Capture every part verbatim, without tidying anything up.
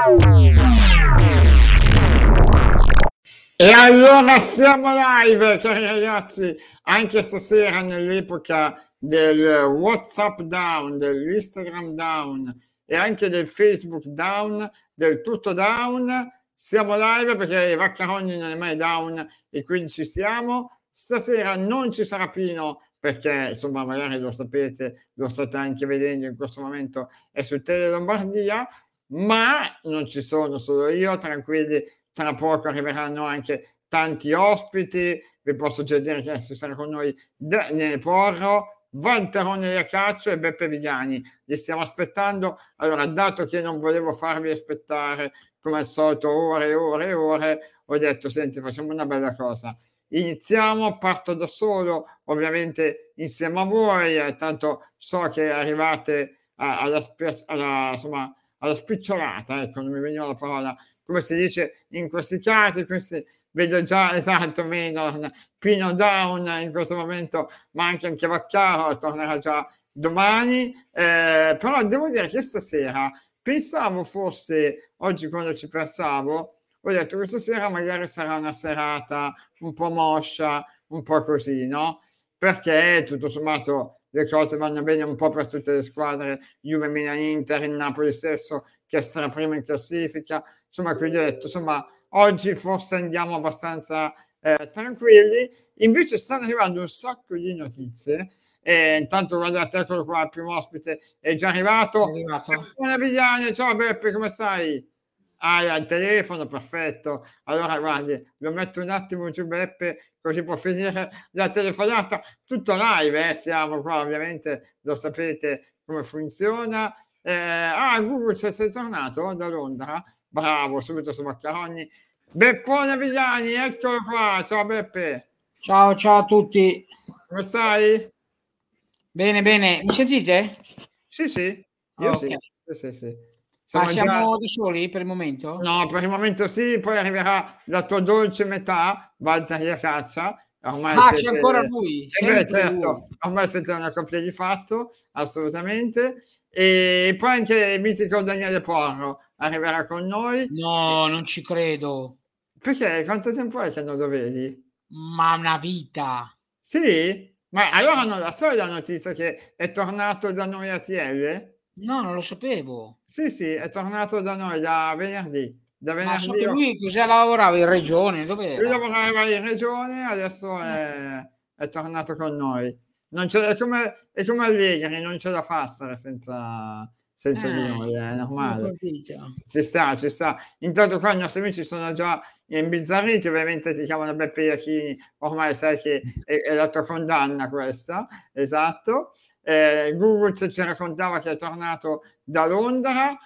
E allora siamo live, cari ragazzi, anche stasera nell'epoca del WhatsApp down, dell'Instagram down e anche del Facebook down, del tutto down, siamo live perché Vaccaroni non è mai down e quindi ci siamo. Stasera non ci sarà Pino perché, insomma, magari lo sapete, lo state anche vedendo in questo momento, è su Tele Lombardia, ma non ci sono solo io, tranquilli, tra poco arriveranno anche tanti ospiti, vi posso già dire che ci sarà con noi Daniele Porro, Valterone Iacaccio e Beppe Vigani, li stiamo aspettando. Allora, dato che non volevo farvi aspettare come al solito ore e ore e ore, ho detto, senti, facciamo una bella cosa, iniziamo, parto da solo, ovviamente insieme a voi, eh, tanto so che arrivate a, alla, alla, insomma, alla spicciolata, ecco, non mi veniva la parola, come si dice in questi casi, questi, vedo già, esatto, meno, Pino down in questo momento, ma anche, anche Vaccaro tornerà già domani, eh, però devo dire che stasera pensavo fosse, oggi quando ci pensavo, ho detto questa sera magari sarà una serata un po' moscia, un po' così, no? Perché tutto sommato le cose vanno bene un po' per tutte le squadre, Juve, Milan, Inter, il Napoli stesso che sarà prima in classifica, insomma, quindi ho detto, insomma, oggi forse andiamo abbastanza eh, tranquilli, invece stanno arrivando un sacco di notizie, e intanto guardate, eccolo qua, il primo ospite è già arrivato, è arrivato. Buona Vigliani, ciao Beppe, come stai? Ah, al telefono, perfetto. Allora, guardi, lo metto un attimo giù Beppe, così può finire la telefonata. Tutto live, eh, siamo qua, ovviamente, lo sapete come funziona. Eh, ah, Google, sei, sei tornato da Londra? Bravo, subito su Maccaroni. Beppone Vigliani, eccolo qua. Ciao Beppe. Ciao, ciao a tutti. Come stai? Bene, bene. Mi sentite? Sì, sì, io okay. sì. Sì, sì, sì. Siamo, Ma siamo già... da soli per il momento? No, per il momento sì, poi arriverà la tua dolce metà, Walter Iacaccia. Ormai Ah, siete... c'è ancora lui, Eh beh, sempre lui. certo, ormai siete una coppia di fatto, assolutamente. E poi anche il mitico Daniele Porro arriverà con noi. No, non ci credo. Perché? Quanto tempo è che non lo vedi? Ma una vita. Sì? Ma allora non la so la notizia che è tornato da noi a T L? No, non lo sapevo. Sì, sì, è tornato da noi da venerdì. Da Ma so venerdì che lui cos'è, lavorava in regione, lui dov'era? lavorava in regione, adesso è, è tornato con noi. Non c'è, è, come, è come Allegri, non ce la fa stare senza, senza di Eh, noi, è non ho normale. capito. Ci sta, ci sta. Intanto qua i nostri amici sono già imbizzarriti, ovviamente ti chiamano Beppe Iachini, ormai sai che è, è la tua condanna questa, esatto. Eh, Google ci raccontava che è tornato da Londra,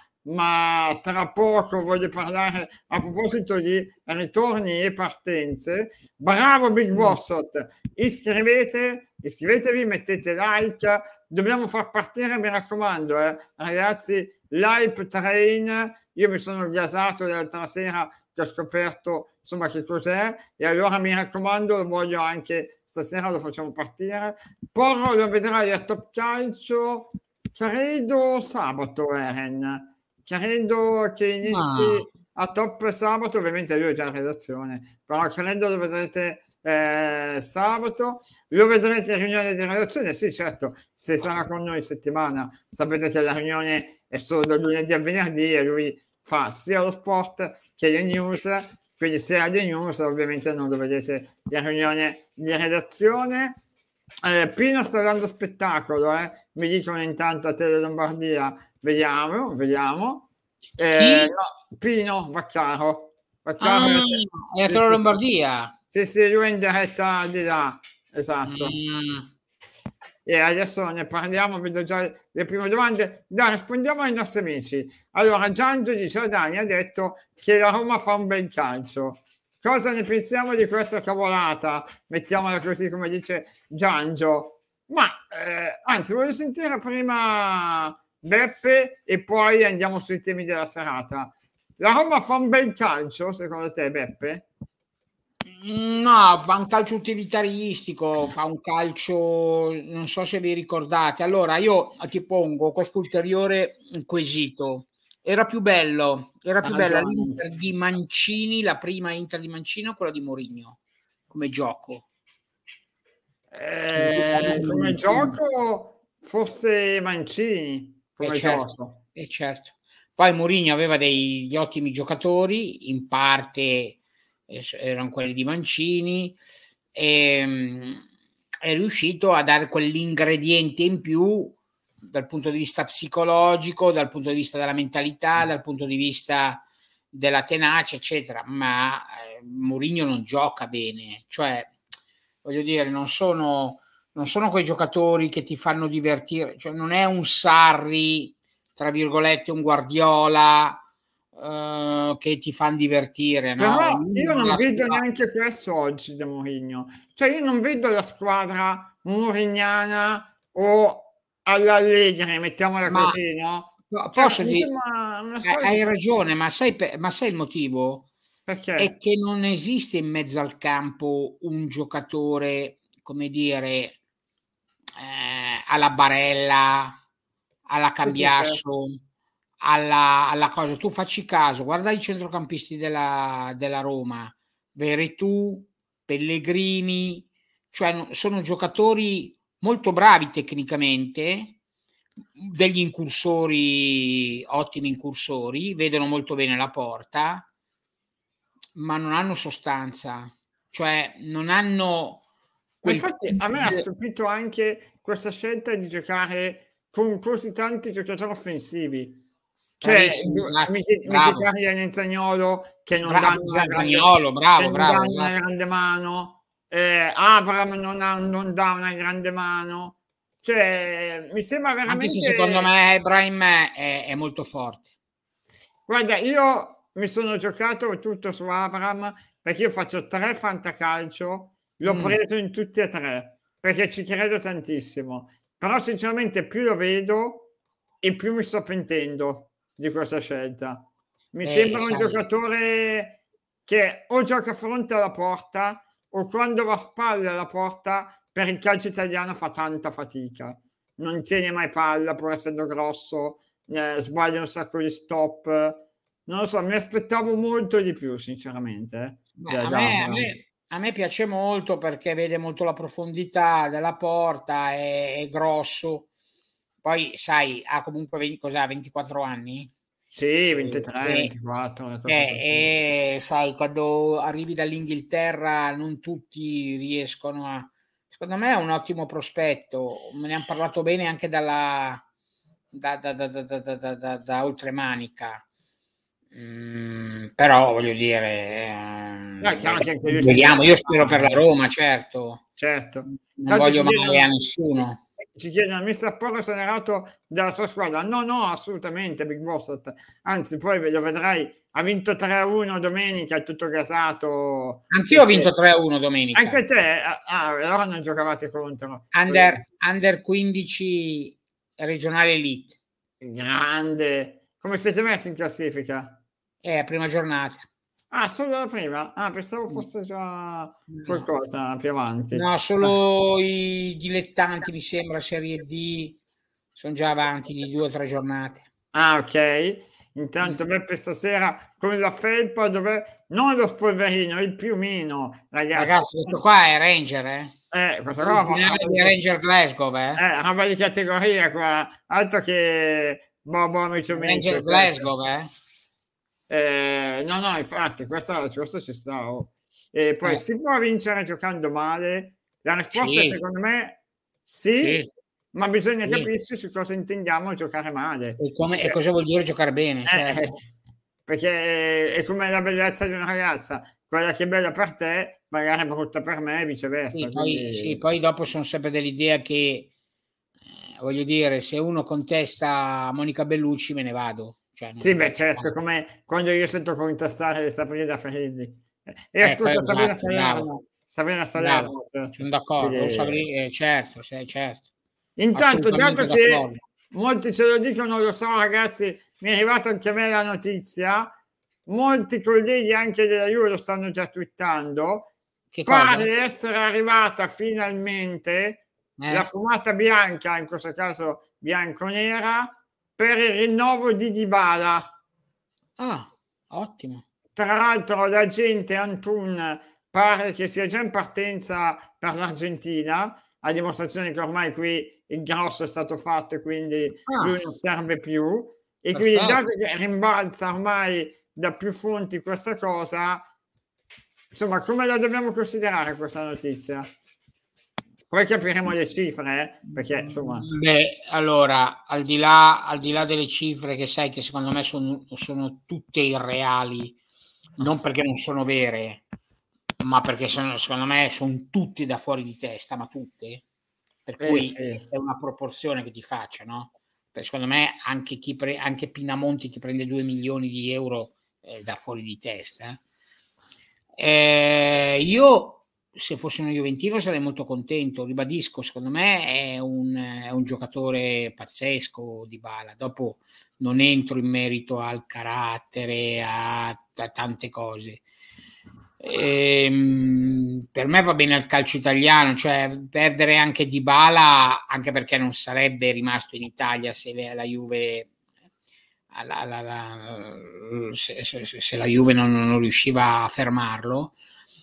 ma tra poco voglio parlare a proposito di ritorni e partenze. Bravo Big Bossot, iscrivete, iscrivetevi, mettete like, dobbiamo far partire, mi raccomando, eh, ragazzi, l'hype train, io mi sono gasato l'altra sera che ho scoperto insomma che cos'è e allora mi raccomando, lo voglio anche stasera, lo facciamo partire. Porro lo vedrai a Top Calcio, credo sabato, Eren. Credo che inizi Ma a top sabato, ovviamente lui è già in redazione, però credo lo vedrete eh, sabato, lo vedrete in riunione di redazione, sì certo, se sarà con noi in settimana, sapete che la riunione è solo da lunedì a venerdì e lui fa sia lo sport che le news, quindi se ha le news ovviamente non lo vedete in riunione di redazione. Eh, Pino sta dando spettacolo, eh? Mi dicono intanto a Tele Lombardia. Vediamo, vediamo. Eh, chi? no, Pino Vaccaro. Vaccaro Ah, è sì, la sì, Lombardia. sì, sì, lui è in diretta di là, esatto. Mm. E adesso ne parliamo, vedo già le prime domande. Dai, rispondiamo ai nostri amici. Allora, Giangio di Giordani ha detto che la Roma fa un bel calcio. Cosa ne pensiamo di questa cavolata? Mettiamola così come dice Giangio. Ma eh, anzi, voglio sentire prima Beppe e poi andiamo sui temi della serata. La Roma fa un bel calcio, secondo te, Beppe? No, fa un calcio utilitaristico, fa un calcio, non so se vi ricordate. Allora, io ti pongo questo ulteriore quesito. Era più bello, era Ha più bella ragione. l'Inter di Mancini, la prima Inter di Mancini o quella di Mourinho come gioco? Eh, come gioco forse Mancini, Eh come certo, gioco. eh certo. Poi Mourinho aveva degli ottimi giocatori, in parte eh, s- erano quelli di Mancini, e è riuscito a dare quell'ingrediente in più dal punto di vista psicologico, dal punto di vista della mentalità, dal punto di vista della tenacia, eccetera. Ma eh, Mourinho non gioca bene, cioè voglio dire, non sono, non sono quei giocatori che ti fanno divertire, cioè non è un Sarri, tra virgolette, un Guardiola eh, che ti fanno divertire, no? Però Ognuno io ha non la vedo sua. neanche questo oggi da Mourinho. Cioè io non vedo la squadra mourignana o all'Allegri, mettiamola Ma così, no? po- Cioè posso mi dire, sembra una hai squadra hai che... ragione, ma sai, pe- ma sai il motivo? È Perché? che non esiste in mezzo al campo un giocatore, come dire, eh, alla Barella, alla Sì, sì, certo. Cambiasso, alla, alla cosa. Tu facci caso, guarda i centrocampisti della, della Roma, Veretù, Pellegrini, cioè no- sono giocatori molto bravi tecnicamente, degli incursori, ottimi incursori, vedono molto bene la porta, ma non hanno sostanza, cioè non hanno Ma quel infatti a me ha quid. stupito anche questa scelta di giocare con così tanti giocatori offensivi. Cioè, Bravissimo, due- esatto, Mkhi- bravo. Mkhitaryan e Zaniolo che non Bra danno una Za grande, Zaniolo, che bravo, non bravo, danno una esatto. grande mano, eh, Avram non, ha- non dà una grande mano. Cioè, mi sembra Anche se secondo veramente... me Ibrahim è è molto forte. Guarda, io mi sono giocato tutto su Abram perché io faccio tre fantacalcio, l'ho Mh, preso in tutti e tre perché ci credo tantissimo. Però sinceramente più lo vedo e più mi sto pentendo di questa scelta. Mi eh, sembra un sai, giocatore che o gioca fronte alla porta o quando va a spalle alla porta per il calcio italiano fa tanta fatica. Non tiene mai palla pur essendo grosso, eh, sbaglia un sacco di stop. Non lo so, mi aspettavo molto di più, sinceramente, eh, beh, da a da me a Abraham. me a me piace molto perché vede molto la profondità della porta, è è grosso. Poi sai, ha comunque ven cos'ha, ventiquattro anni? Sì, Sì, ventitré, e ventiquattro, una cosa così. eh, e sai, quando arrivi dall'Inghilterra non tutti riescono a, secondo me è un ottimo prospetto. Me ne han parlato bene anche dalla da da da da da da da da da Oltremanica. Mhmm, però voglio dire, No, è ehm, chiaro che anche lui si deve vediamo. Io spero per la adattare, Roma, certo. certo. Non Tanto ci voglio male a chiedono, nessuno. ci chiedono, mister Porro se n'è andato dalla sua squadra. No, no, assolutamente, Big Boss. Anzi, poi lo vedrai, ha vinto tre a uno domenica, è tutto gasato. Anch'io ho vinto Perché tre a uno domenica. anche te, ah, ah, allora non giocavate contro. Under under quindici regionale elite. Grande. Come siete messi in classifica? Eh, prima giornata. Ah, solo la prima? Ah, pensavo Mh. fosse già No. qualcosa più avanti. No, Ah, solo i dilettanti, mi sembra, serie D, son già avanti di due o tre giornate. ah, ok. Mh. Intanto Beppe stasera con la felpa dove... Non lo spolverino, il piumino, ragazzi. Ragazzi, questo qua è Ranger, eh. Eh, questa qua è Originale roba di di, Ranger Glasgow, eh. eh, roba di categoria qua. Altro che Bobo amici Ranger amici, questo. Glasgow, eh. Eh, no, no, infatti, questo, questo ci sta. Oh. E poi Eh, si può vincere giocando male? La risposta è sì, secondo me sì, sì, ma bisogna sì. capirci su cosa intendiamo giocare male. E come e Perché, cosa vuol dire giocare bene, eh, eh, certo. perché è come la bellezza di una ragazza, quella che è bella per te, magari è brutta per me e Sì, viceversa. poi sì, Quindi poi dopo son sempre dell'idea che, ehm, voglio dire, se uno contesta Monica Bellucci me ne vado, cioè sì, non beh, ci certo, vado. come quando io sento contestare Sabrina Ferilli. Eh, e Eh, poi scusa, Sabrina esatto, bravo, Salerno, Sabrina bravo. Salerno, certo. Son d'accordo. O Quindi, Sabri eh, certo, se certo. intanto, dato Assolutamente che d'accordo. molti ce lo dicono, lo so ragazzi, mi è arrivata anche a me la notizia, molti colleghi anche della Juve lo stanno già twittando, Che cosa? pare essere arrivata finalmente la Eh? fumata bianca, in questo caso bianco-nera, per il rinnovo di Dybala. Ah, ottimo. Tra l'altro la gente Antun pare che sia già in partenza per l'Argentina, a dimostrazione che ormai qui il grosso è stato fatto e quindi Ah, lui non serve più. E quindi perfetto. dato che rimbalza ormai da più fonti questa cosa, insomma, come la dobbiamo considerare questa notizia? Poi capiremo le cifre, eh, perché insomma... Beh, allora, al di là, al di là delle cifre che sai che secondo me sono, sono tutte irreali, non perché non sono vere, ma perché sono, secondo me sono tutte da fuori di testa, ma tutte. Per Eh cui sì. è una proporzione che ti faccio, no? Perché secondo me anche, chi pre- anche Pinamonti che prende due milioni di euro è da fuori di testa. Eh, io se fossi uno Juventino sarei molto contento, ribadisco, secondo me è un, è un giocatore pazzesco Dybala. Dopo non entro in merito al carattere, a, a tante cose. Ehm, per me va bene il calcio italiano, cioè perdere anche Dybala, anche perché non sarebbe rimasto in Italia se la Juve la, la, la, se, se, se la Juve non, non riusciva a fermarlo.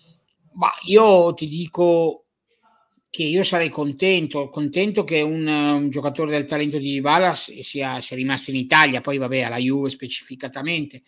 Ma io ti dico che io sarei contento, contento che un, un giocatore del talento di Dybala sia, sia rimasto in Italia, poi vabbè alla Juve specificatamente,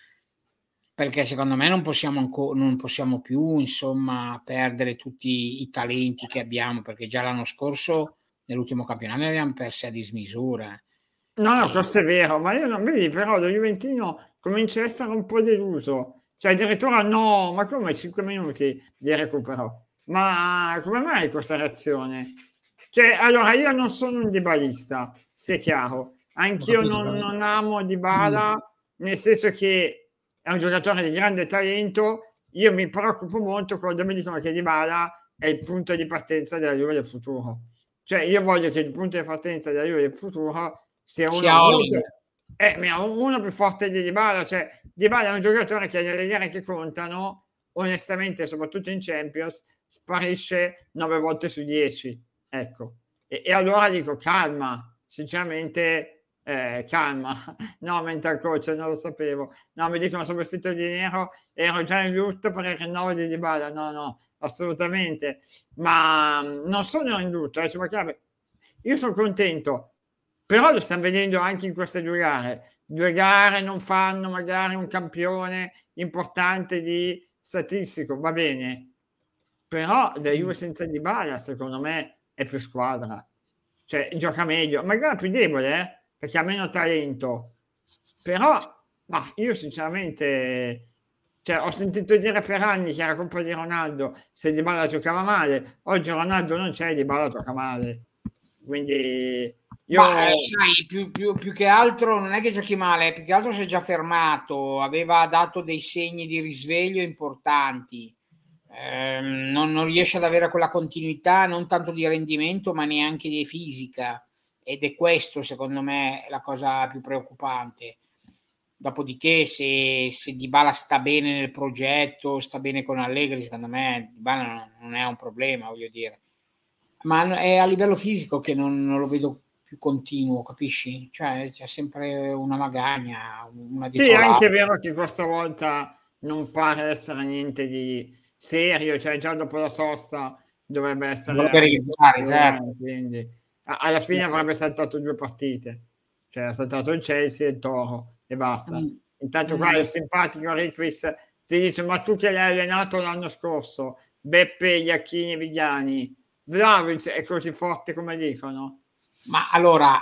perché secondo me non possiamo, anco, non possiamo più insomma perdere tutti i talenti che abbiamo, perché già l'anno scorso nell'ultimo campionato ne abbiamo persi a dismisura. No, no, E, questo è vero, ma io non vedi, però lo Juventino comincia a essere un po' deluso. Cioè, addirittura no, ma come cinque minuti di recupero? Ma come mai questa reazione? Cioè, allora, io non sono un dybalista, sia chiaro. ho Anch'io capito, non, però. non amo Mm. Dybala, nel senso che è un giocatore di grande talento. Io mi preoccupo molto quando mi dicono che Dybala è il punto di partenza della Juve del futuro. Cioè, io voglio che il punto di partenza della Juve del futuro sia uno Sia molto, Holland. eh, ma uno più forte di Dybala, cioè Dybala è un giocatore che nelle gare che contano, onestamente, soprattutto in Champions, sparisce nove volte su dieci, ecco. E, e allora dico calma, sinceramente, eh, calma. No, mental coach, non lo sapevo. No, mi dicono sono vestito di nero, ero già in lutto per il rinnovo di Dybala. No, no, assolutamente. Ma mm, non sono in lutto, eh, ci mancherebbe. Io sono contento, però lo stiamo vedendo anche in queste due gare. Due gare non fanno magari un campione importante di statistico, va bene, però la Juve senza Dybala secondo me è più squadra, cioè gioca meglio, magari più debole, eh, perché ha meno talento, però ma io sinceramente cioè, ho sentito dire per anni che era colpa di Ronaldo se Dybala giocava male, oggi Ronaldo non c'è, Dybala gioca male, quindi Ma eh, io sai, più, più, più che altro non è che giochi male, più che altro si è già fermato, aveva dato dei segni di risveglio importanti. Ehm, non, non riesce ad avere quella continuità, non tanto di rendimento, ma neanche di fisica. Ed è questo, secondo me, la cosa più preoccupante. Dopodiché, se, se Dybala sta bene nel progetto, sta bene con Allegri, secondo me Dybala non è un problema, voglio dire. Ma è a livello fisico che non, non lo vedo più continuo, capisci? Cioè c'è sempre una magagna, una sì, dietro è anche l'altra. vero che questa volta non pare essere niente di serio, cioè già dopo la sosta dovrebbe essere a Dovrebbe realizzare, certo. disposizione, quindi a- alla fine avrebbe saltato due partite, cioè ha saltato il Chelsea e il Toro e basta. Mm, Intanto qua il mm. simpatico Riquis ti dice ma tu che l'hai allenato l'anno scorso, Beppe, Iachini, Vigliani, Vlahovic è così forte come dicono? Ma allora,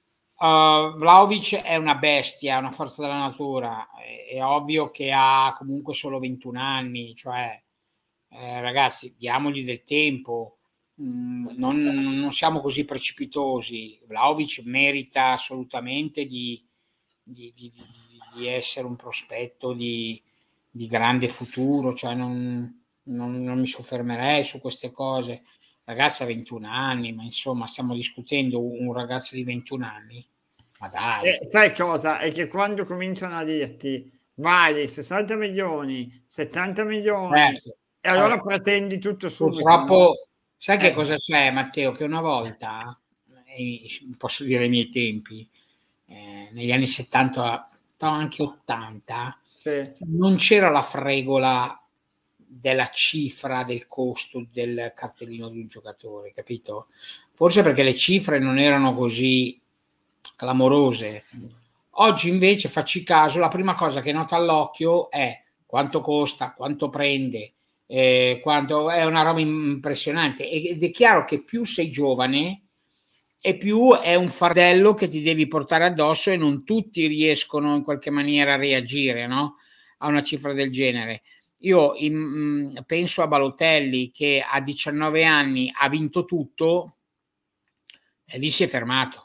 uh, Vlahovic è una bestia, è una forza della natura. È, è ovvio che ha comunque solo ventuno anni, cioè eh, ragazzi, diamogli del tempo. Mm, non, non siamo così precipitosi. Vlahovic merita assolutamente di, di, di, di, di essere un prospetto di, di grande futuro, cioè non, non, non mi soffermerei su queste cose. Ragazza ha ventuno anni, ma insomma stiamo discutendo un ragazzo di ventuno anni, ma dai. E sai cosa? È che quando cominciano a dirti vali sessanta milioni, settanta milioni, Certo. e allora Allora, pretendi tutto subito, no? purtroppo, sai che Eh, cosa c'è, Matteo? Che una volta, eh, posso dire ai miei tempi, eh, negli anni settanta, anche ottanta, sì. non c'era la fregola della cifra del costo del cartellino di un giocatore, capito? Forse perché le cifre non erano così clamorose. Oggi invece, facci caso, la prima cosa che nota all'occhio è quanto costa, quanto prende, eh, quanto, è una roba impressionante, ed è chiaro che più sei giovane e più è un fardello che ti devi portare addosso, e non tutti riescono in qualche maniera a reagire, no? A una cifra del genere. Io in, penso a Balotelli, che a diciannove anni ha vinto tutto e lì si è fermato.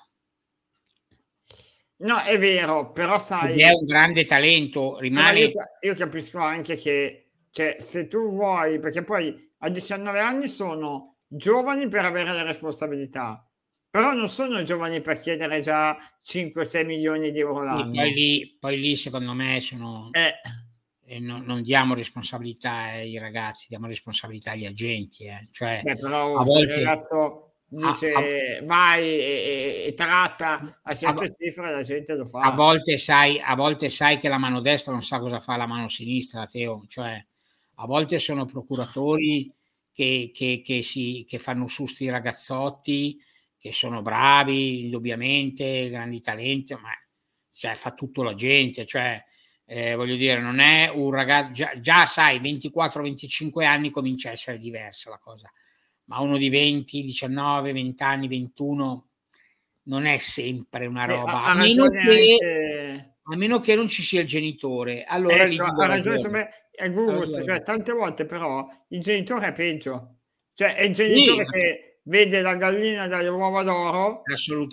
No, è vero, però sai... Ed è un grande talento, rimane... Io, io capisco anche che, cioè, se tu vuoi, perché poi a diciannove anni sono giovani per avere le responsabilità, però non sono giovani per chiedere già cinque sei milioni di euro Sì, l'anno. poi lì, poi lì secondo me sono... Eh. Eh, no, non diamo responsabilità ai ragazzi, diamo responsabilità agli agenti. Eh. Cioè, Beh, però a se il volte... ragazzo dice A, a, vai e, e tratta a a, certe cifre, la gente lo a fa. volte sai, a volte sai che la mano destra non sa cosa fa la mano sinistra, Teo. Cioè, a volte sono procuratori che, che, che, si, che fanno su sti ragazzotti, che sono bravi, indubbiamente, grandi talenti, ma cioè, fa tutto la gente. Cioè, eh, voglio dire, non è un ragazzo, già, già sai, ventiquattro venticinque anni comincia a essere diversa la cosa, ma uno di venti, diciannove, venti anni, ventuno non è sempre una roba, Ha, ha a, meno che, anche... a meno che non ci sia il genitore, allora lì Ecco, ti do ha ragione, ragione. è Gurus, cioè tante volte però il genitore è peggio, cioè è il genitore Sì, che vede la gallina dalle uova d'oro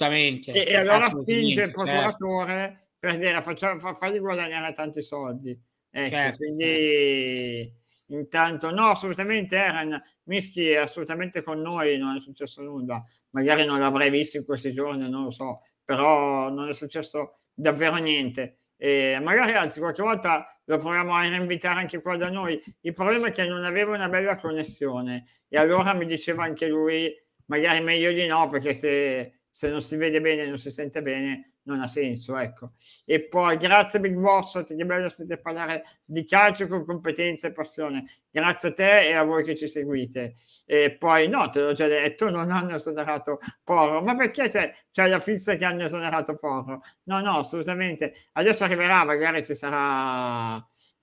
e, assolutamente, e allora spinge il assolutamente, certo, procuratore per dire faccia, fa, fargli guadagnare tanti soldi. Ecco, certo, certo. quindi intanto no, assolutamente Eren, Mischi è assolutamente con noi, non è successo nulla, magari non l'avrei visto in questi giorni, non lo so, però non è successo davvero niente. E magari anzi qualche volta lo proviamo a rinvitare anche qua da noi. Il problema è che non aveva una bella connessione e allora mi diceva anche lui, magari meglio di no, perché se, se non si vede bene, non si sente bene, non ha senso, ecco. E poi grazie Big Boss, che bello state parlare di calcio con competenza e passione. Grazie a te e a voi che ci seguite. E poi no, te l'ho già detto, non hanno esonerato Porro. Ma perché c'è, c'è la fissa che hanno esonerato Porro? No, no, assolutamente. Adesso arriverà, magari ci sarà,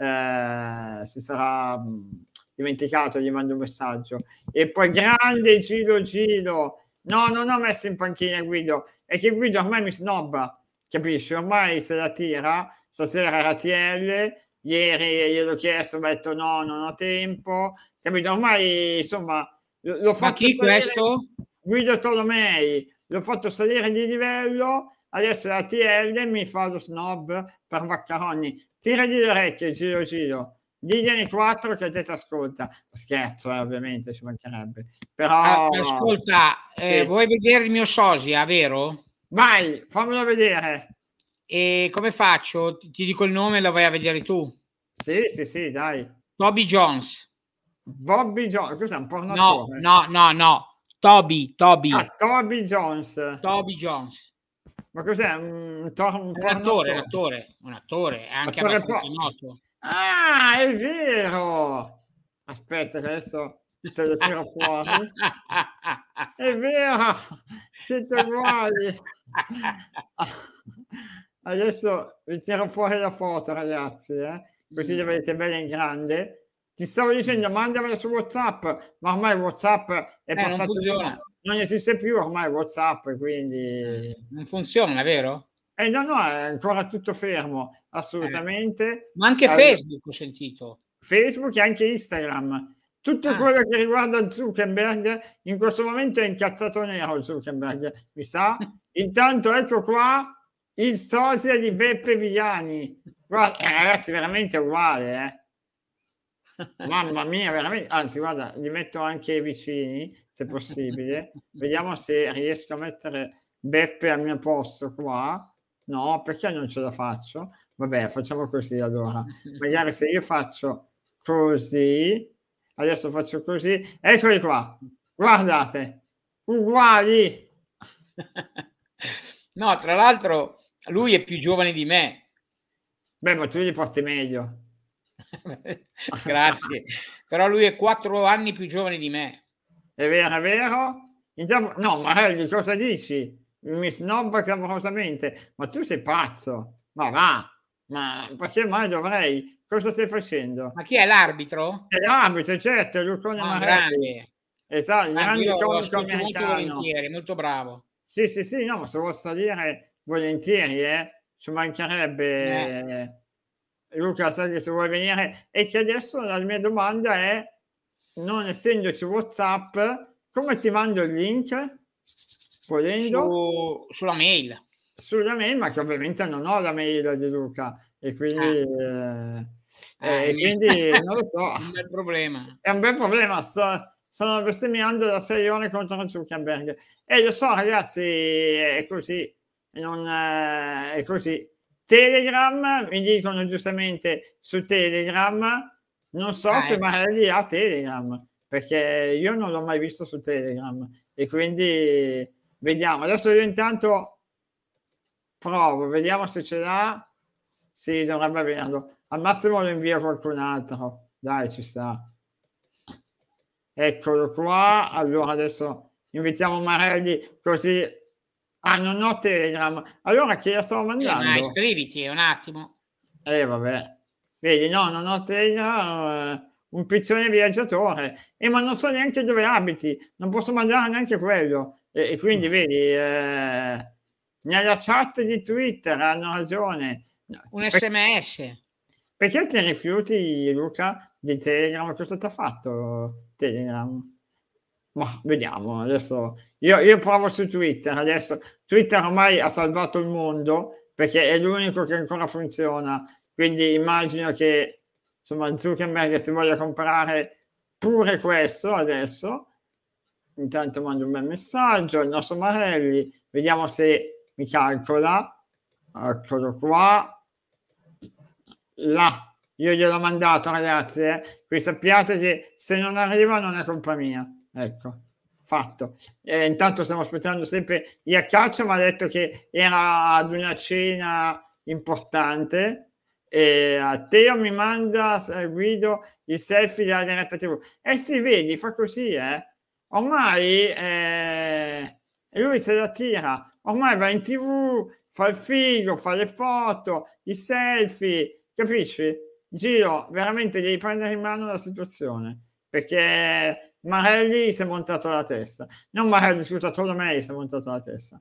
eh, si sarà mh, dimenticato, gli mando un messaggio. E poi grande Gilo Gilo. No, non ho messo in panchina Guido, è che Guido ormai mi snobba, capisci? Ormai se la tira, stasera era T L, ieri gliel'ho chiesto, ho detto no, non ho tempo, capito? Ormai, insomma, l'ho Ma fatto chi salire, questo? Guido Tolomei, l'ho fatto salire di livello, adesso la T L mi fa lo snob per Vaccaroni. Tiragli le orecchie, Giro Giro. Digliene quattro che te ti ascolta. Scherzo, eh, ovviamente, ci mancherebbe. Ah, Però... ascolta, eh, Sì. vuoi vedere il mio sosia, vero? Vai, fammelo vedere. E come faccio? Ti, ti dico il nome e lo vai a vedere tu. Sì, sì, sì, dai. Toby Jones. Bobby Jones, cos'è un porno No, attore? no, no, no. Toby, Ah, Toby, Toby Jones. Toby Jones. Ma cos'è un, tor- un È un porno attore, un attore? attore, un attore, è anche Attore abbastanza po- noto. Ah, è vero! Aspetta che adesso te lo tiro fuori. È vero! Siete uguali! Adesso vi tiro fuori la foto, ragazzi, eh? Così la vedete bene in grande. Ti stavo dicendo, mandamela su WhatsApp, ma ormai WhatsApp è Eh, non passato di funziona. moda. Non esiste più ormai WhatsApp, Eh, quindi... non funziona, vero? Eh no, no, è ancora tutto fermo, Eh. assolutamente. Ma anche Allora, Facebook ho sentito. Facebook e anche Instagram. Tutto Ah, quello che riguarda Zuckerberg, in questo momento è incazzato nero Zuckerberg, mi sa. Intanto ecco qua il sosia di Beppe Vigliani. Guarda, eh, ragazzi, veramente è uguale, eh. Mamma mia, veramente. Anzi, guarda, li metto anche vicini, se possibile. Vediamo se riesco a mettere Beppe al mio posto qua. No, perché non ce la faccio? Vabbè, facciamo così allora. Magari se io faccio così, adesso faccio così, eccoli qua. Guardate, uguali. no, tra l'altro Lui è più giovane di me. Beh, ma tu li porti meglio. Grazie, però lui è quattro anni più giovane di me. È vero, è vero? Intanto, no, Marelli, cosa dici? Mi snobba clamorosamente, ma tu sei pazzo, ma va, ma perché mai dovrei? Cosa stai facendo? Ma chi è l'arbitro? È l'arbitro, certo, è Luccone Ah, un Marelli, grande. esatto, il Guarda, io grande lo lo comico ascolto molto americano. volentieri, molto bravo. Sì, sì, sì, no, ma se vuol salire volentieri, eh, ci Eh, mancherebbe. Luca, sai che se vuoi venire e che adesso la mia domanda è, non essendoci WhatsApp, come ti mando il link? Volendo? su sulla mail. Sulla mail, ma che ovviamente non ho la mail di Luca e quindi, Ah, eh, ah, e quindi non lo so. un bel problema. È un bel problema, sto, stanno bestemmiando da sei ore contro Zuckerberg. E lo so, ragazzi, è così, non, eh, è così. Telegram, mi dicono giustamente su Telegram, non so Ah, se ecco. Marelli ha Telegram, perché io non l'ho mai visto su Telegram e quindi vediamo. Adesso io intanto provo, vediamo se ce l'ha. Sì, dovrebbe averlo. Al massimo lo invio a qualcun altro. Dai, ci sta. Eccolo qua. Allora adesso invitiamo Marelli così. Ah, non ho Telegram. Allora chi la stavo Eh, ma mandando? iscriviti un attimo. Eh, vabbè. Vedi, no, non ho Telegram. eh, Un piccione viaggiatore. E ma non so neanche dove abiti. Non posso mandare neanche quello. E, e quindi, vedi, eh, nella chat di Twitter hanno ragione. No, Un per- sms. perché ti rifiuti, Luca, di Telegram? Cosa ti ha fatto Telegram? Ma vediamo, adesso io, io provo su Twitter, adesso Twitter ormai ha salvato il mondo perché è l'unico che ancora funziona, quindi immagino che insomma Zuckerberg si voglia comprare pure questo adesso. Intanto mando un bel messaggio al nostro Marelli, vediamo se mi calcola. Eccolo qua. Là, io gliel'ho mandato ragazzi, eh. Qui sappiate che se non arriva non è colpa mia. Ecco, fatto. E intanto stiamo aspettando sempre Iacaccio, mi ha detto che era ad una cena importante. E a Teo mi manda, eh, Guido, il selfie della diretta tivù. Eh sì, vedi, fa così, eh. Ormai eh, lui se la tira, ormai va in tivù, fa il figo, fa le foto, i selfie, capisci? Giro, veramente devi prendere in mano la situazione, perché Marelli si è montato la testa. Non Marelli, scusa, Tolomei si è montato la testa.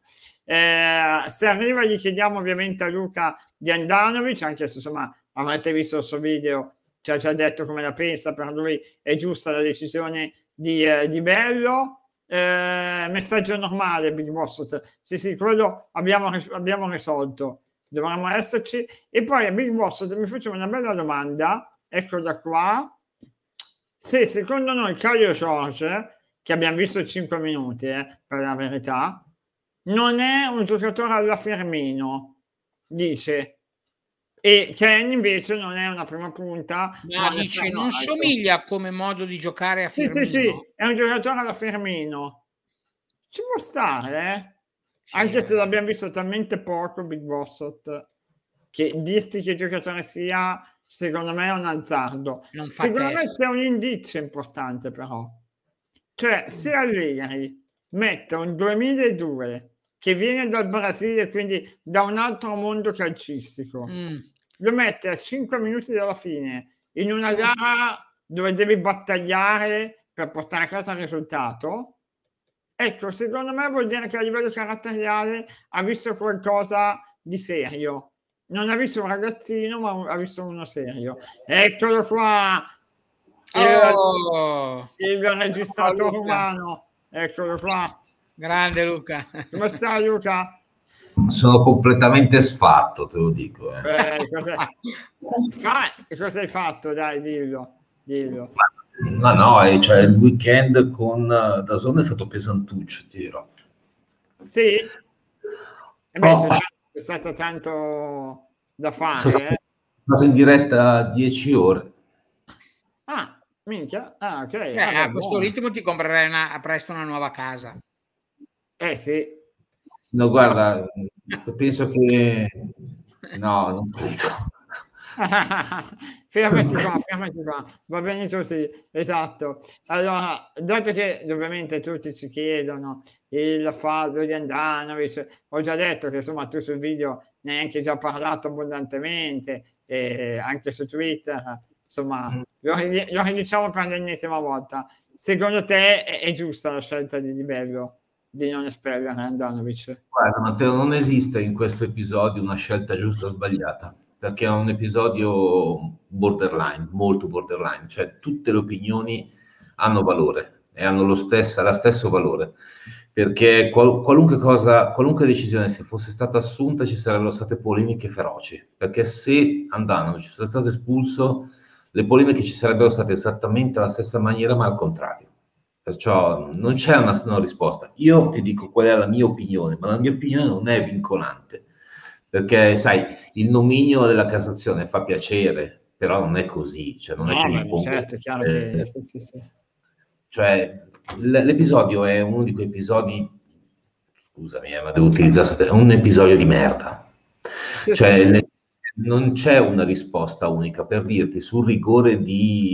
Eh, se arriva gli chiediamo ovviamente a Luca di Andanovic, anche se insomma avrete visto il suo video, ci ha già detto come la pensa, per lui è giusta la decisione di, eh, di Bello. Eh, messaggio normale, Big Boss. Sì, sì, quello abbiamo, abbiamo risolto. Dovremmo esserci. E poi a Big Boss mi faceva una bella domanda, eccola qua. Se secondo noi Caio George, che abbiamo visto cinque minuti, eh, per la verità, non è un giocatore alla Firmino, dice. E Ken invece non è una prima punta, ma Ma un dice, esterno non alto. somiglia come modo di giocare a Sì, sì, Firmino? sì, è un giocatore alla Firmino. Ci può stare, eh? Sì, Anche se vabbè, l'abbiamo visto talmente poco, Big Bossot, che dirti che giocatore sia, secondo me è un azzardo. non fa Secondo me test. c'è un indizio importante, però. Cioè, se Allegri mette un duemiladue che viene dal Brasile, quindi da un altro mondo calcistico, Mh. lo mette a cinque minuti dalla fine in una gara dove devi battagliare per portare a casa il risultato, ecco, secondo me vuol dire che a livello caratteriale ha visto qualcosa di serio. Non ha visto un ragazzino, ma un- ha visto uno serio. Eccolo qua, il, Oh! il Ciao registratore Luca. umano. Eccolo qua. Grande Luca. Come stai, Luca? Sono completamente sfatto, te lo dico. Eh. Eh, cosa, fa- cosa hai fatto? Dai, dillo, dillo. Ma no, eh, cioè, il weekend con uh, DAZN è stato pesantuccio, tiro. Sì? E beh, Oh, c'è, c'è stato tanto da sono fare, stato eh? stato in diretta dieci ore. Ah, minchia. Ah, ok. Beh, Ah, beh, a questo buono. ritmo ti comprerai una presto una nuova casa. Eh sì. No, No, guarda, penso che no, non credo. Fermati qua, fermati qua, va bene così, esatto. Allora, dato che ovviamente tutti ci chiedono il fallo di Andanovic, ho già detto che insomma tu sul video ne hai anche già parlato abbondantemente, e anche su Twitter, insomma, lo, ri- lo ridiciamo per l'ennesima volta. Secondo te è, è giusta la scelta di Di Bello di non espellere Andanovic? Guarda, Matteo, non esiste in questo episodio una scelta giusta o sbagliata, perché è un episodio borderline, molto borderline, cioè tutte le opinioni hanno valore e hanno lo stesso, lo stesso valore, perché qual- qualunque cosa, qualunque decisione se fosse stata assunta ci sarebbero state polemiche feroci, perché se Andanovic fosse stato espulso, le polemiche ci sarebbero state esattamente alla stessa maniera, ma al contrario. Perciò non c'è una, una risposta. Io ti dico qual è la mia opinione, ma la mia opinione non è vincolante, perché sai, il nominio della Cassazione fa piacere, però non è così, cioè non è che No, mi beh, impongo. certo, è chiaro che eh, sì, sì, sì. cioè, l- l'episodio è uno di quei episodi, scusami, eh, ma devo utilizzare, è un episodio di merda. Sì, sì, Cioè, sì. ne- non c'è una risposta unica per dirti sul rigore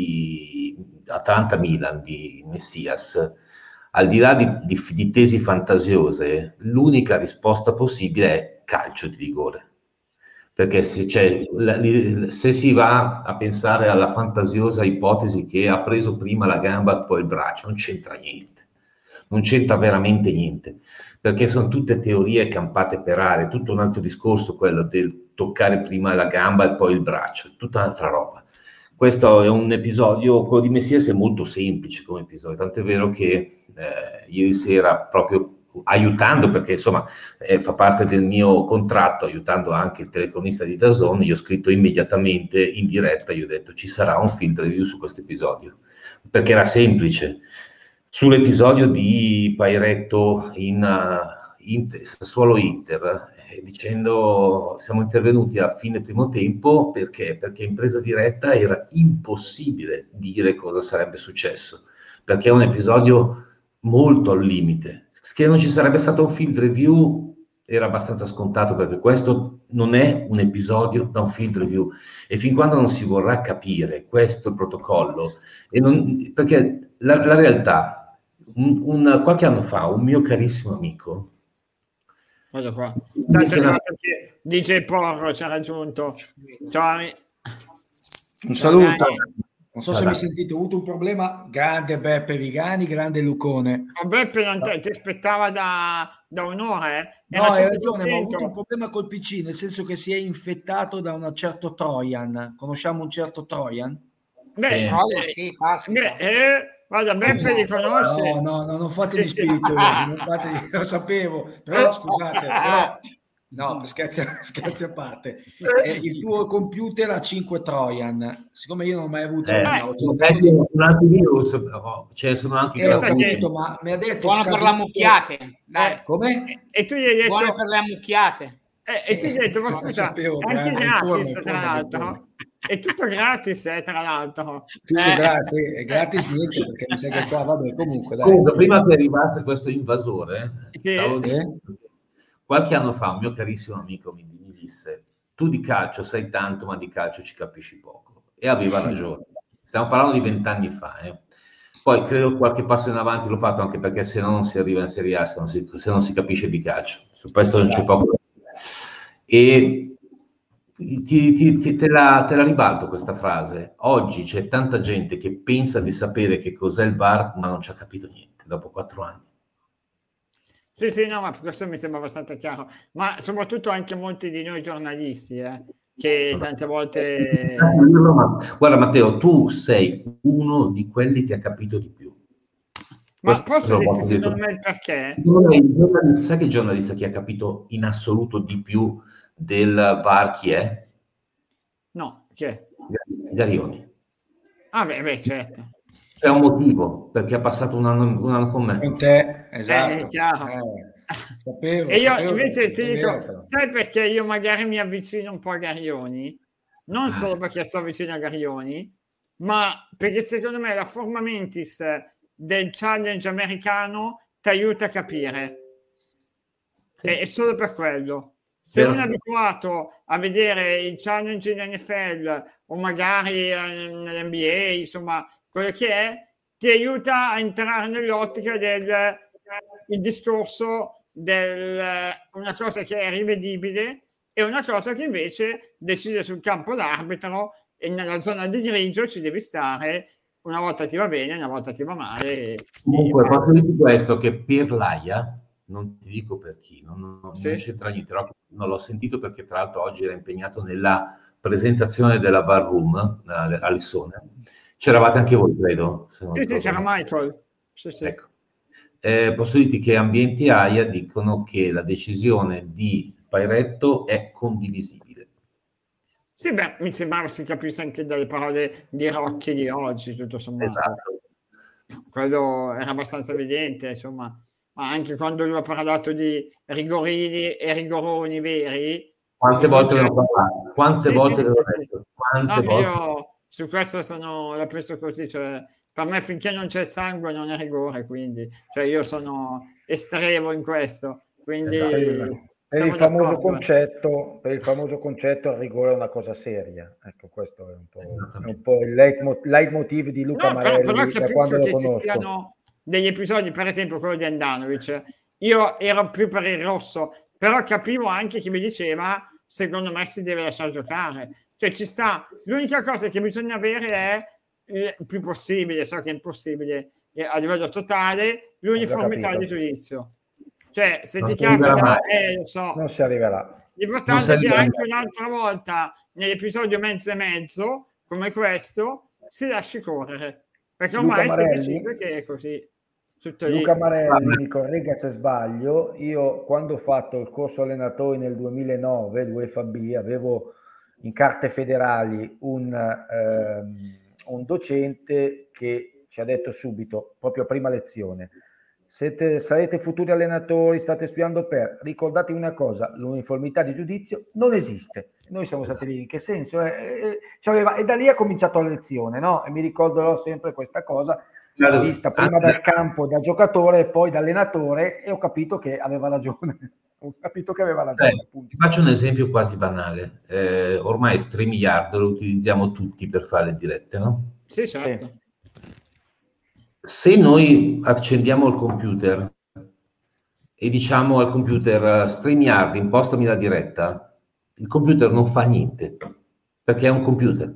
di Atalanta-Milan di Messias. Al di là di, di- di tesi fantasiose, l'unica risposta possibile è calcio di rigore. Perché se, c'è, la- li- se si va a pensare alla fantasiosa ipotesi che ha preso prima la gamba e poi il braccio, non c'entra niente, non c'entra veramente niente, perché sono tutte teorie campate per aria, tutto un altro discorso quello del toccare prima la gamba e poi il braccio, tutta un'altra roba. Questo è un episodio, quello di Messias è molto semplice come episodio, tant'è vero che eh, ieri sera proprio aiutando, perché insomma eh, fa parte del mio contratto, aiutando anche il telecronista di D A Z N, io ho scritto immediatamente in diretta, gli ho detto ci sarà un field review su questo episodio, perché era semplice. Sull'episodio di Pairetto in uh, Inter, Sassuolo Inter, eh, dicendo siamo intervenuti a fine primo tempo perché? Perché in presa diretta era impossibile dire cosa sarebbe successo, perché è un episodio molto al limite. Che non ci sarebbe stato un field review era abbastanza scontato, perché questo non è un episodio da un field review, e fin quando non si vorrà capire questo protocollo, e non, perché la, la realtà, un, un, qualche anno fa un mio carissimo amico Guarda qua. mi Tanto è se ne- arrivato che D J Porro ci ha raggiunto. Ciao, ami- Un ciao saluto. Dani. Non so Ciao, se mi Dani. sentite, ho avuto un problema. Grande Beppe Vigani, grande Lucone. Ma Beppe non te- ti aspettava da, da un'ora, eh? No, Era hai tutto ragione, ma ho avuto un contento. problema col P C, nel senso che si è infettato da un certo Trojan. Conosciamo un certo Trojan? Beh, Sì. Troia, eh, sì, beh, caspita. eh, guarda, Beppe li conosce. No, no, no, non fate Sì, gli sì. spiritosi, non fate gli- lo sapevo, però scusate, però no, scherzi, a- scherzi a parte. Eh, il tuo computer ha cinque Trojan, siccome io non ho mai avuto Eh, una, ho sono cercato di... un antivirus, oh, cioè sono anche Eh, ho Pensa gratuiti. capito, che ma mi ha detto Buono per le scaduto... ammucchiate, dai. eh, Come? e, e tu gli hai Buone detto, per le ammucchiate. eh, e tu gli hai detto, ma No, non scusa, sapevo, è anche grande, gratis, informa, tra informa, l'altro. È tutto gratis, eh, tra l'altro. tutto Eh, gratis, è gratis eh. niente, perché mi sa che qua, vabbè, comunque, dai. Comunque, prima che arrivasse questo invasore, stavo Sì. dicendo che qualche anno fa un mio carissimo amico mi, mi disse: tu di calcio sai tanto, ma di calcio ci capisci poco. E aveva ragione. Stiamo parlando di vent'anni fa. Eh. Poi credo qualche passo in avanti l'ho fatto, anche perché se no non si arriva in Serie A, se non si, se non si capisce di calcio. Su questo non c'è Esatto. poco da dire. E ti, ti- ti- te, la, te la ribalto questa frase. Oggi c'è tanta gente che pensa di sapere che cos'è il V A R, ma non ci ha capito niente dopo quattro anni. Sì, sì, no, ma questo mi sembra abbastanza chiaro, ma soprattutto anche molti di noi giornalisti, eh, che tante volte... Guarda Matteo, tu sei uno di quelli che ha capito di più. Ma Questo posso lo dirti posso dire. secondo me il perché? Secondo me il giornalista- sai che giornalista che ha capito in assoluto di più del V A R chi è? No, chi è? Garioni. Ah, beh, beh, certo. C'è un motivo, perché ha passato un anno, un anno con me. Con te, Eh, esatto. è chiaro. Eh, sapevo, E io sapevo invece che ti è dico, vero, però. sai perché io magari mi avvicino un po' a Garioni? Non solo Ah. perché sto vicino a Garioni, ma perché secondo me la forma mentis del challenge americano ti aiuta a capire. Sì. È, è solo per quello. se uno è abituato a vedere il challenge in N F L o magari nell'N B A, insomma, quello che è, ti aiuta a entrare nell'ottica del il discorso del una cosa che è rivedibile e una cosa che invece decide sul campo l'arbitro, e nella zona di grigio ci devi stare, una volta ti va bene, una volta ti va male. Comunque, posso dirti questo, che per l'Aia, non ti dico per chi, non, non, Sì. non c'entra niente, no? Non l'ho sentito perché tra l'altro oggi era impegnato nella presentazione della Bar Room uh, a Lissone. C'eravate anche voi, credo. Se non Sì, sì, c'era male. Michael. Sì, sì. Ecco. Eh, posso dirti che ambienti AIA dicono che la decisione di Pairetto è condivisibile. Sì, beh, mi sembrava si capisse anche dalle parole di Rocchi di oggi, tutto sommato. Esatto. Quello era abbastanza evidente, insomma. Ma anche quando lui ha parlato di rigorini e rigoroni veri... Quante volte l'ho parlato? Quante sì, volte sì, l'ho sì, detto? sì. Quante No, volte? io su questo sono, la penso così, cioè, per me finché non c'è sangue non è rigore, quindi cioè io sono estremo in questo, quindi Esatto. Per il, famoso concetto, per il famoso concetto il rigore è una cosa seria, ecco, questo è un po', è un po' il leitmo, leitmotiv di Luca no, Marelli, però, però da quando lo che conosco. Ci siano degli episodi, per esempio quello di Andanovic, io ero più per il rosso, però capivo anche chi mi diceva secondo me si deve lasciare giocare, cioè ci sta, l'unica cosa che bisogna avere è il più possibile, so che è impossibile a livello totale, l'uniformità di giudizio. Cioè, se non ti capita, eh, lo so, non si arriverà. L'importante è che anche un'altra volta, nell'episodio mezzo e mezzo, come questo, si lasci correre. Perché ormai si capisce che è così. Tutto Luca lì. Marelli, mi corregga se sbaglio, io quando ho fatto il corso allenatori nel duemilanove, l'UEFA B, avevo in carte federali un, ehm, un docente che ci ha detto subito, proprio a prima lezione: Siete, sarete futuri allenatori, state studiando per, ricordatevi una cosa, l'uniformità di giudizio non esiste. Noi siamo stati lì, in che senso? Eh, eh, c'aveva, e da lì ha cominciato la lezione, no? E mi ricorderò sempre questa cosa, Allora, vista prima dal campo da giocatore e poi da allenatore, e ho capito che aveva ragione. Ho capito che aveva ragione. Eh, ti faccio un esempio quasi banale. Eh, ormai StreamYard lo utilizziamo tutti per fare le dirette, no? Sì, certo. Sì. Se noi accendiamo il computer e diciamo al computer StreamYard, impostami la diretta, il computer non fa niente, perché è un computer.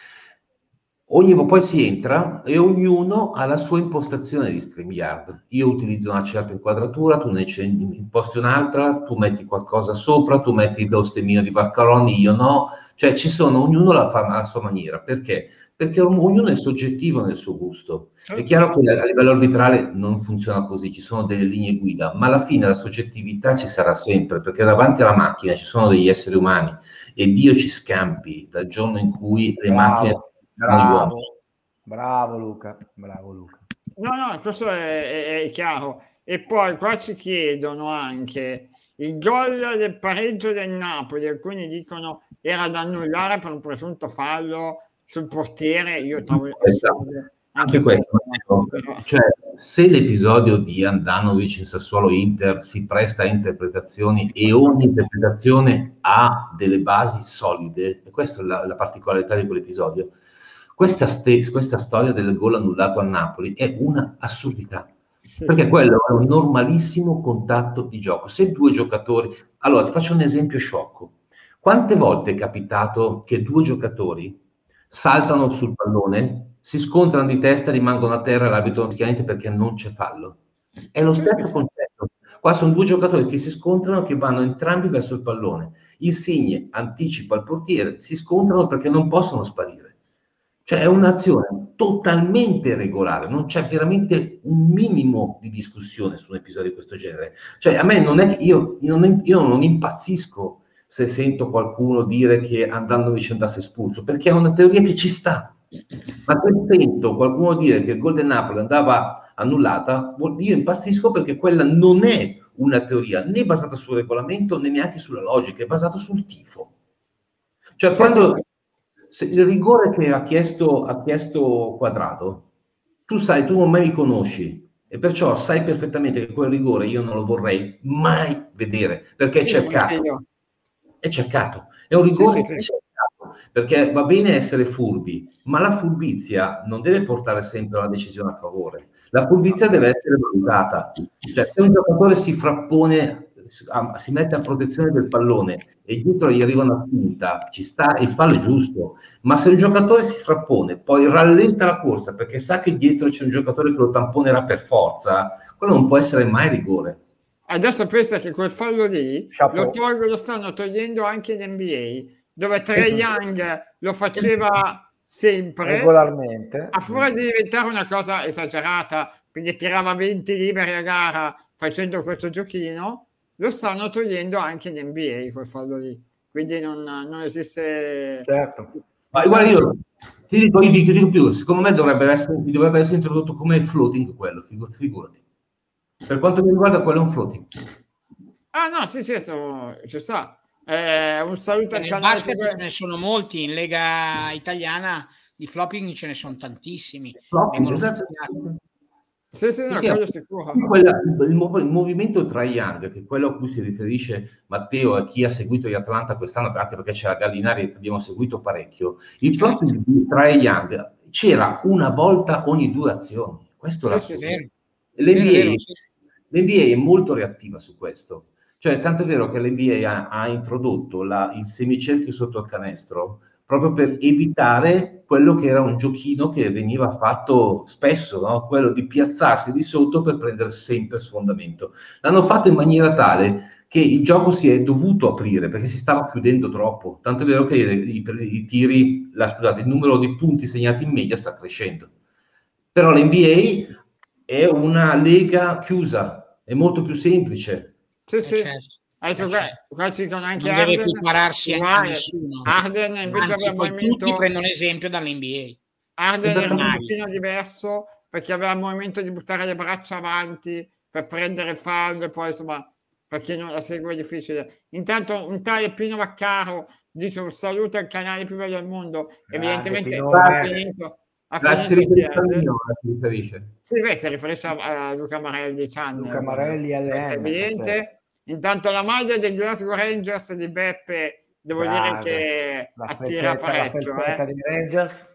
Ogni, poi si entra e ognuno ha la sua impostazione di StreamYard. Io utilizzo una certa inquadratura, tu ne imposti un'altra, tu metti qualcosa sopra, tu metti lo stemmino di Vaccaroni, io no. Cioè ci sono, ognuno la fa alla sua maniera. Perché? Perché ognuno è soggettivo nel suo gusto. È chiaro che a livello arbitrale non funziona così, ci sono delle linee guida, ma alla fine la soggettività ci sarà sempre, perché davanti alla macchina ci sono degli esseri umani e Dio ci scampi dal giorno in cui le Bravo, macchine... Bravo, bravo Luca, bravo Luca. No, no, questo è, è, è chiaro. E poi qua ci chiedono anche il gol del pareggio del Napoli, alcuni dicono era da annullare per un presunto fallo sul portiere, io trovo assurdo. Anche questo, questo cioè, se l'episodio di Andanovic in Sassuolo Inter si presta a interpretazioni e ogni interpretazione ha delle basi solide, e questa è la, la particolarità di quell'episodio, questa, ste, questa storia del gol annullato a Napoli è una assurdità, perché quello è un normalissimo contatto di gioco. Se due giocatori, allora ti faccio un esempio sciocco, quante volte è capitato che due giocatori saltano sul pallone, si scontrano di testa, rimangono a terra, l'arbitro non schiaramente perché non c'è fallo? È lo stesso concetto. Qua sono due giocatori che si scontrano, che vanno entrambi verso il pallone. Insigne anticipa il portiere, si scontrano perché non possono sparire. Cioè è un'azione totalmente regolare, non c'è veramente un minimo di discussione su un episodio di questo genere. Cioè a me non è che io, io, non, io non impazzisco se sento qualcuno dire che Andanovic andasse espulso, perché è una teoria che ci sta. Ma se sento qualcuno dire che il gol del Napoli andava annullata, io impazzisco perché quella non è una teoria né basata sul regolamento né neanche sulla logica, è basata sul tifo. Cioè quando se il rigore che ha chiesto, ha chiesto Quadrato, tu sai, tu non mi conosci e perciò sai perfettamente che quel rigore io non lo vorrei mai vedere, perché c'è il cazzo. è cercato, è un rigore Sì, sì, sì. cercato, perché va bene essere furbi, ma la furbizia non deve portare sempre a una decisione a favore. La furbizia deve essere valutata. Cioè, se un giocatore si frappone, si mette a protezione del pallone e dietro gli arriva una finta, ci sta, il fallo è giusto. Ma se un giocatore si frappone, poi rallenta la corsa perché sa che dietro c'è un giocatore che lo tamponerà per forza, quello non può essere mai rigore. Adesso pensa che quel fallo lì Chapeau. lo, tolgo, lo stanno togliendo anche in N B A, dove Trae Young lo faceva sempre, regolarmente. a furia di diventare una cosa esagerata, quindi tirava venti liberi a gara facendo questo giochino, lo stanno togliendo anche in N B A quel fallo lì. Quindi non, non esiste... Certo. Ma guarda, io ti dico, io dico, dico più, secondo me dovrebbe essere, dovrebbe essere introdotto come floating quello, figurati. Per quanto mi riguarda, quello è un floating. Ah no, sì, certo, ci sta. Eh, un saluto al Nel canale. basket P- ce ne sono molti, in Lega Italiana di flopping ce ne sono tantissimi. Flopping, Vengono esatto. fischiati. Sì, sì, no, Sì, sì, quello sicuro. quella- il, mov- il movimento Trae Young, che è quello a cui si riferisce Matteo e chi ha seguito gli Atlanta quest'anno, anche perché c'era Gallinari che abbiamo seguito parecchio, il flopping di Trae Young c'era una volta ogni due azioni. Questo Sì, è sì, l'assurdo. sì. Vero, vero, L'N B A, sì. l'N B A è molto reattiva su questo. Cioè, tanto è vero che l'N B A ha, ha introdotto la- il semicerchio sotto il canestro proprio per evitare quello che era un giochino che veniva fatto spesso, no? Quello di piazzarsi di sotto per prendere sempre sfondamento. L'hanno fatto in maniera tale che il gioco si è dovuto aprire perché si stava chiudendo troppo. Tanto è vero che i, i, i tiri, la, scusate, il numero di punti segnati in media sta crescendo. Però l'N B A è una lega chiusa, è molto più semplice. Sì, Eh, sì. certo. Adesso Eh, qua, certo. qua ci dicono anche Non deve Arden, equipararsi a, a uguale. nessuno. Arden invece Anzi, aveva un poi tutti movimento, prendono esempio dall'N B Arden era un Esattamente. pochino diverso perché aveva il movimento di buttare le braccia avanti per prendere il fallo e poi insomma per chi non la segue è difficile. Intanto un tale Pino Vaccaro dice un saluto al canale più bello del mondo, evidentemente Pinone. ha finito, ha La si finito riferisce al ieri. Mignone, si riferisce. Sì, beh, si riferisce a, a Luca Marelli Channel. Luca Marelli L M, questo è evidente. Intanto la maglia dei Glasgow Rangers di Beppe, devo dire Grande. che La attira felpetta, la parecchio. felpetta eh. dei Rangers.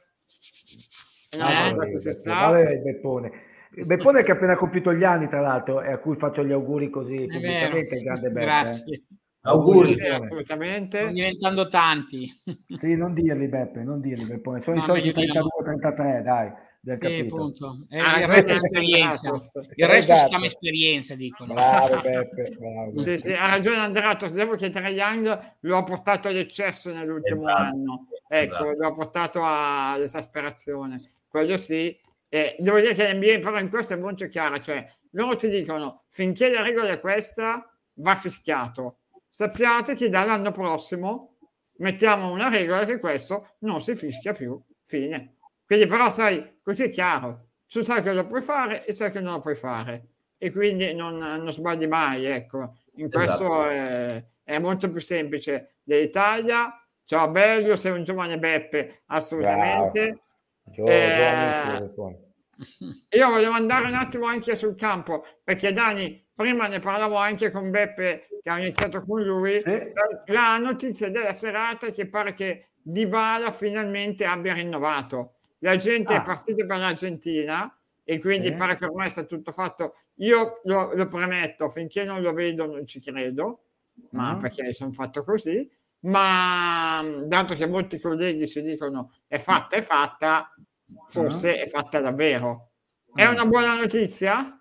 No, Eh? no, questo si Beppe, sa. vale il Beppone. Il Beppone che ha appena compiuto gli anni, tra l'altro, e a cui faccio gli auguri così È vero. pubblicamente, il grande Beppe. Grazie. eh. Auguri. Sì, sì, assolutamente. Stanno diventando tanti. Sì, non dirli Beppe, non dirli Beppone. Sono No, i soliti meglio di no. trentadue trentatré, dai, abbiamo Sì, capito. appunto. Eh, Ah, il ragione resto è anche esperienza. Andratos. Il resto si Esatto. chiama esperienza, dicono. Bravo Beppe, bravo. Sì, sì, ha ragione Andratos, devo che Trae Young lo ha portato all'eccesso nell'ultimo Esatto. anno, ecco, Esatto. lo ha portato all'esasperazione, quello sì. Eh, devo dire che l'N B A però in questo è molto chiara, cioè loro ti dicono finché la regola è questa va fischiato, sappiate che dall'anno prossimo mettiamo una regola che questo non si fischia più, fine. Quindi però sai, così è chiaro, tu sai che lo puoi fare e sai che non lo puoi fare e quindi non, non sbagli mai, ecco. In questo Esatto. è, è molto più semplice dell'Italia. Ciao bello, sei un giovane Beppe, assolutamente. Gio- Eh, giovanissimo Beppone. io volevo andare un attimo anche sul campo, perché Dani, prima ne parlavo anche con Beppe, che ha iniziato con lui, Sì. la notizia della serata è che pare che Dybala finalmente abbia rinnovato. La gente Ah. è partita per l'Argentina e quindi Sì. pare che ormai sia tutto fatto. Io lo, lo premetto, finché non lo vedo non ci credo, ma Mm. perché sono fatto così, ma dato che molti colleghi ci dicono è fatta, è fatta, forse è fatta davvero. È una buona notizia?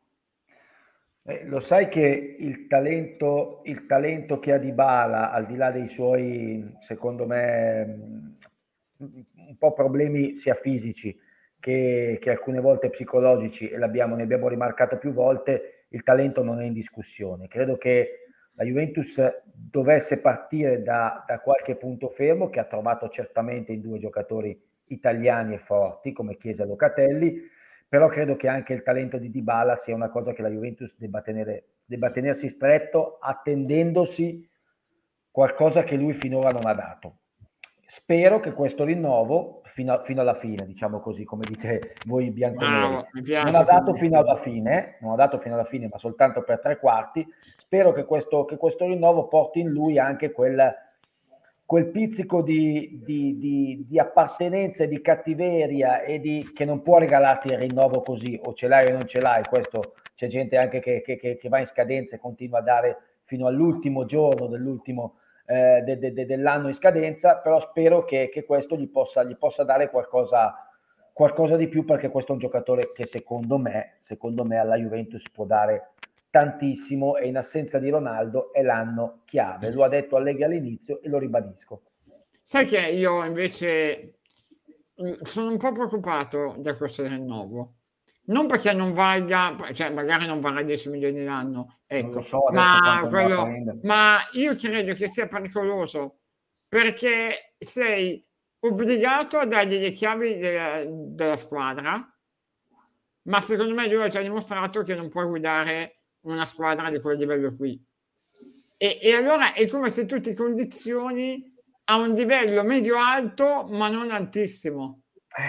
Eh, lo sai che il talento, il talento che ha Dybala, al di là dei suoi, secondo me, mh, un po' problemi sia fisici che, che alcune volte psicologici, e l'abbiamo, ne abbiamo rimarcato più volte, il talento non è in discussione. Credo che la Juventus dovesse partire da, da qualche punto fermo, che ha trovato certamente in due giocatori italiani e forti come Chiesa e Locatelli, però credo che anche il talento di Dybala sia una cosa che la Juventus debba, tenere, debba tenersi stretto, attendendosi qualcosa che lui finora non ha dato. spero che questo rinnovo fino, a, fino alla fine, diciamo così, come dite voi bianconeri, non ha dato fino alla fine, non ha dato fino alla fine, ma soltanto per tre quarti. Spero che questo, che questo rinnovo porti in lui anche quel, quel pizzico di, di, di, di appartenenza e di cattiveria e di, che non può regalarti il rinnovo così, o ce l'hai o non ce l'hai. Questo c'è gente anche che, che, che va in scadenza e continua a dare fino all'ultimo giorno dell'ultimo eh, de, de, de, dell'anno in scadenza, però spero che, che questo gli possa, gli possa dare qualcosa, qualcosa di più, perché questo è un giocatore che secondo me, secondo me alla Juventus può dare tantissimo, e in assenza di Ronaldo è l'anno chiave. Lo ha detto Allegri all'inizio e lo ribadisco. Sai che io invece sono un po' preoccupato da questo rinnovo, non perché non valga, cioè magari non valga dieci milioni l'anno, ecco, so ma, quello, ma io credo che sia pericoloso, perché sei obbligato a dargli le chiavi della, della squadra, ma secondo me lui ha già dimostrato che non può guidare una squadra di quel livello qui. E, e allora è come se tu ti condizioni a un livello medio-alto, ma non altissimo.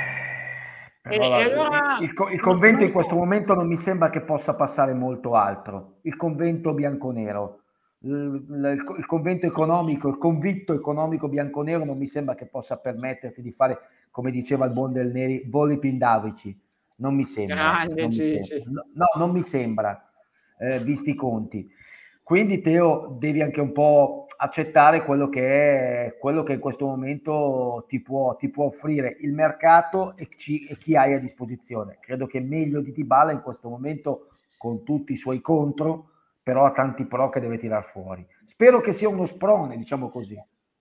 Eh, e, e allora, il, il, il convento in questo momento non mi sembra che possa passare molto altro. Il convento bianconero, il, il, il convento economico, il convitto economico bianconero non mi sembra che possa permetterti di fare, come diceva il buon Del Neri, voli pindavici. Non mi sembra. Grande, non sì, mi sembra. Sì. No, non mi sembra, eh, visti i conti. Quindi Teo, devi anche un po' accettare quello che è quello che in questo momento ti può, ti può offrire il mercato e, ci, e chi hai a disposizione. Credo che meglio di Dybala in questo momento, con tutti i suoi contro, però ha tanti pro che deve tirar fuori. Spero che sia uno sprone, diciamo così.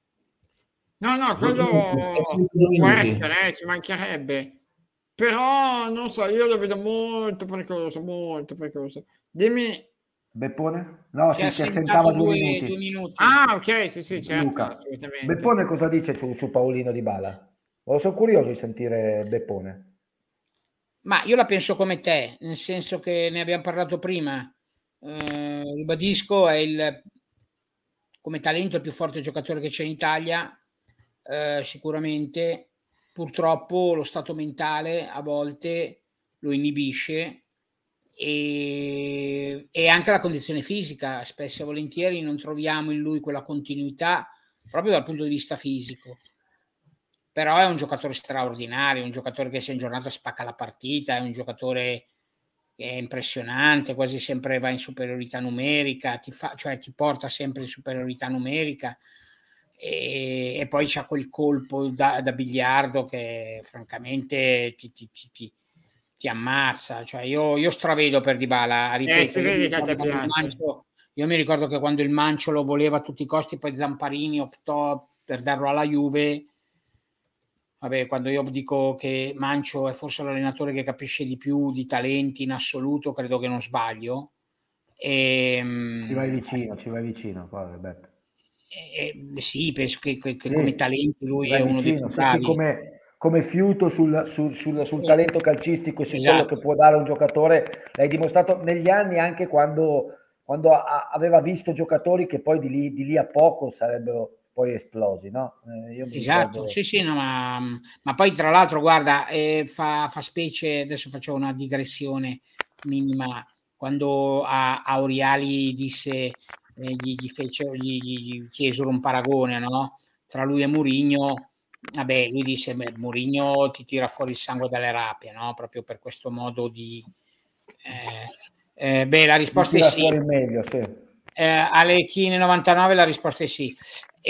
No, no, quello può essere, eh, ci mancherebbe. Però non so, io lo vedo molto pericoloso, molto pericoloso. Dimmi. Beppone? No, si, si, è si assentava due, due, minuti. due minuti. Ah, ok, sì, sì, certo, Luca. assolutamente. Beppone cosa dice su, su Paolino Dybala? Oh, sono curioso di sentire Beppone. Ma io la penso come te, nel senso che ne abbiamo parlato prima. Eh, ribadisco, è il, come talento, il più forte giocatore che c'è in Italia, eh, sicuramente. Purtroppo lo stato mentale a volte lo inibisce, e, e anche la condizione fisica. Spesso e volentieri non troviamo in lui quella continuità proprio dal punto di vista fisico. Però è un giocatore straordinario, un giocatore che se in giornata spacca la partita, è un giocatore che è impressionante, quasi sempre va in superiorità numerica, ti fa, cioè ti porta sempre in superiorità numerica, e, e poi c'ha quel colpo da, da biliardo che francamente ti, ti, ti, ti, ti ammazza. Cioè io, io stravedo per Dybala, ripeto, eh, io, mi che te il Mancio, io mi ricordo che quando il Mancio lo voleva a tutti i costi, poi Zamparini optò per darlo alla Juve. Vabbè, quando io dico che Mancio è forse l'allenatore che capisce di più di talenti in assoluto, credo che non sbaglio. E, ci vai vicino, ci vai vicino. Vabbè. E, sì, penso che, che, che sì, come talenti lui è uno vicino, dei più bravi. Sì, come, come fiuto sul, sul, sul, sul sì. talento calcistico e su Esatto. quello che può dare un giocatore, l'hai dimostrato negli anni, anche quando, quando a, aveva visto giocatori che poi di lì, di lì a poco sarebbero poi esplosi, no? Eh, io mi esatto, ricordo... sì, sì, no, ma, ma poi tra l'altro, guarda, eh, fa, fa specie, adesso faccio una digressione minima, quando a, a Oriali disse, eh, gli, gli, fece, gli, gli chiesero un paragone, no? Tra lui e Mourinho, vabbè, lui disse, beh, Mourinho ti tira fuori il sangue dalle rape, no? Proprio per questo modo di... Eh, eh, beh, la risposta è sì. Fuori il meglio, sì. Eh, alle Chine novantanove la risposta è sì.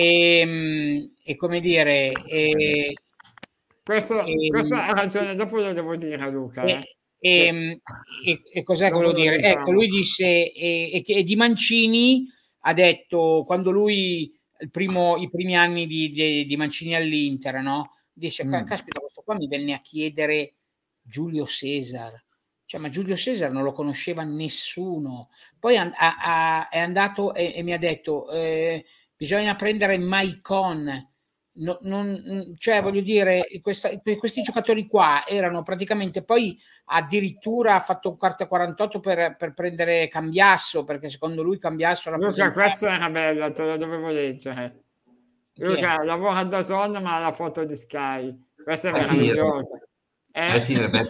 E, e come dire, e, questo, e, questo ha ragione, dopo lo devo dire a Luca. E, eh. e, e, e cos'è che volevo dire? Diciamo. Ecco, lui disse, e, e Di Mancini ha detto, quando lui, il primo, i primi anni di, di, di Mancini all'Inter, no? Disse, mm. caspita, questo qua mi venne a chiedere Giulio Cesar. Cioè, ma Giulio Cesar non lo conosceva nessuno. Poi a, a, è andato e, e mi ha detto, eh, bisogna prendere Maicon. No, non, cioè, voglio dire, questa, questi giocatori qua erano praticamente, poi addirittura ha fatto carta quarantotto per, per prendere Cambiasso, perché secondo lui Cambiasso era Luca, questa era bella, te la dovevo leggere. Luca lavora da zona ma ha la foto di Sky, questa è Vai meravigliosa. Vai finire, vai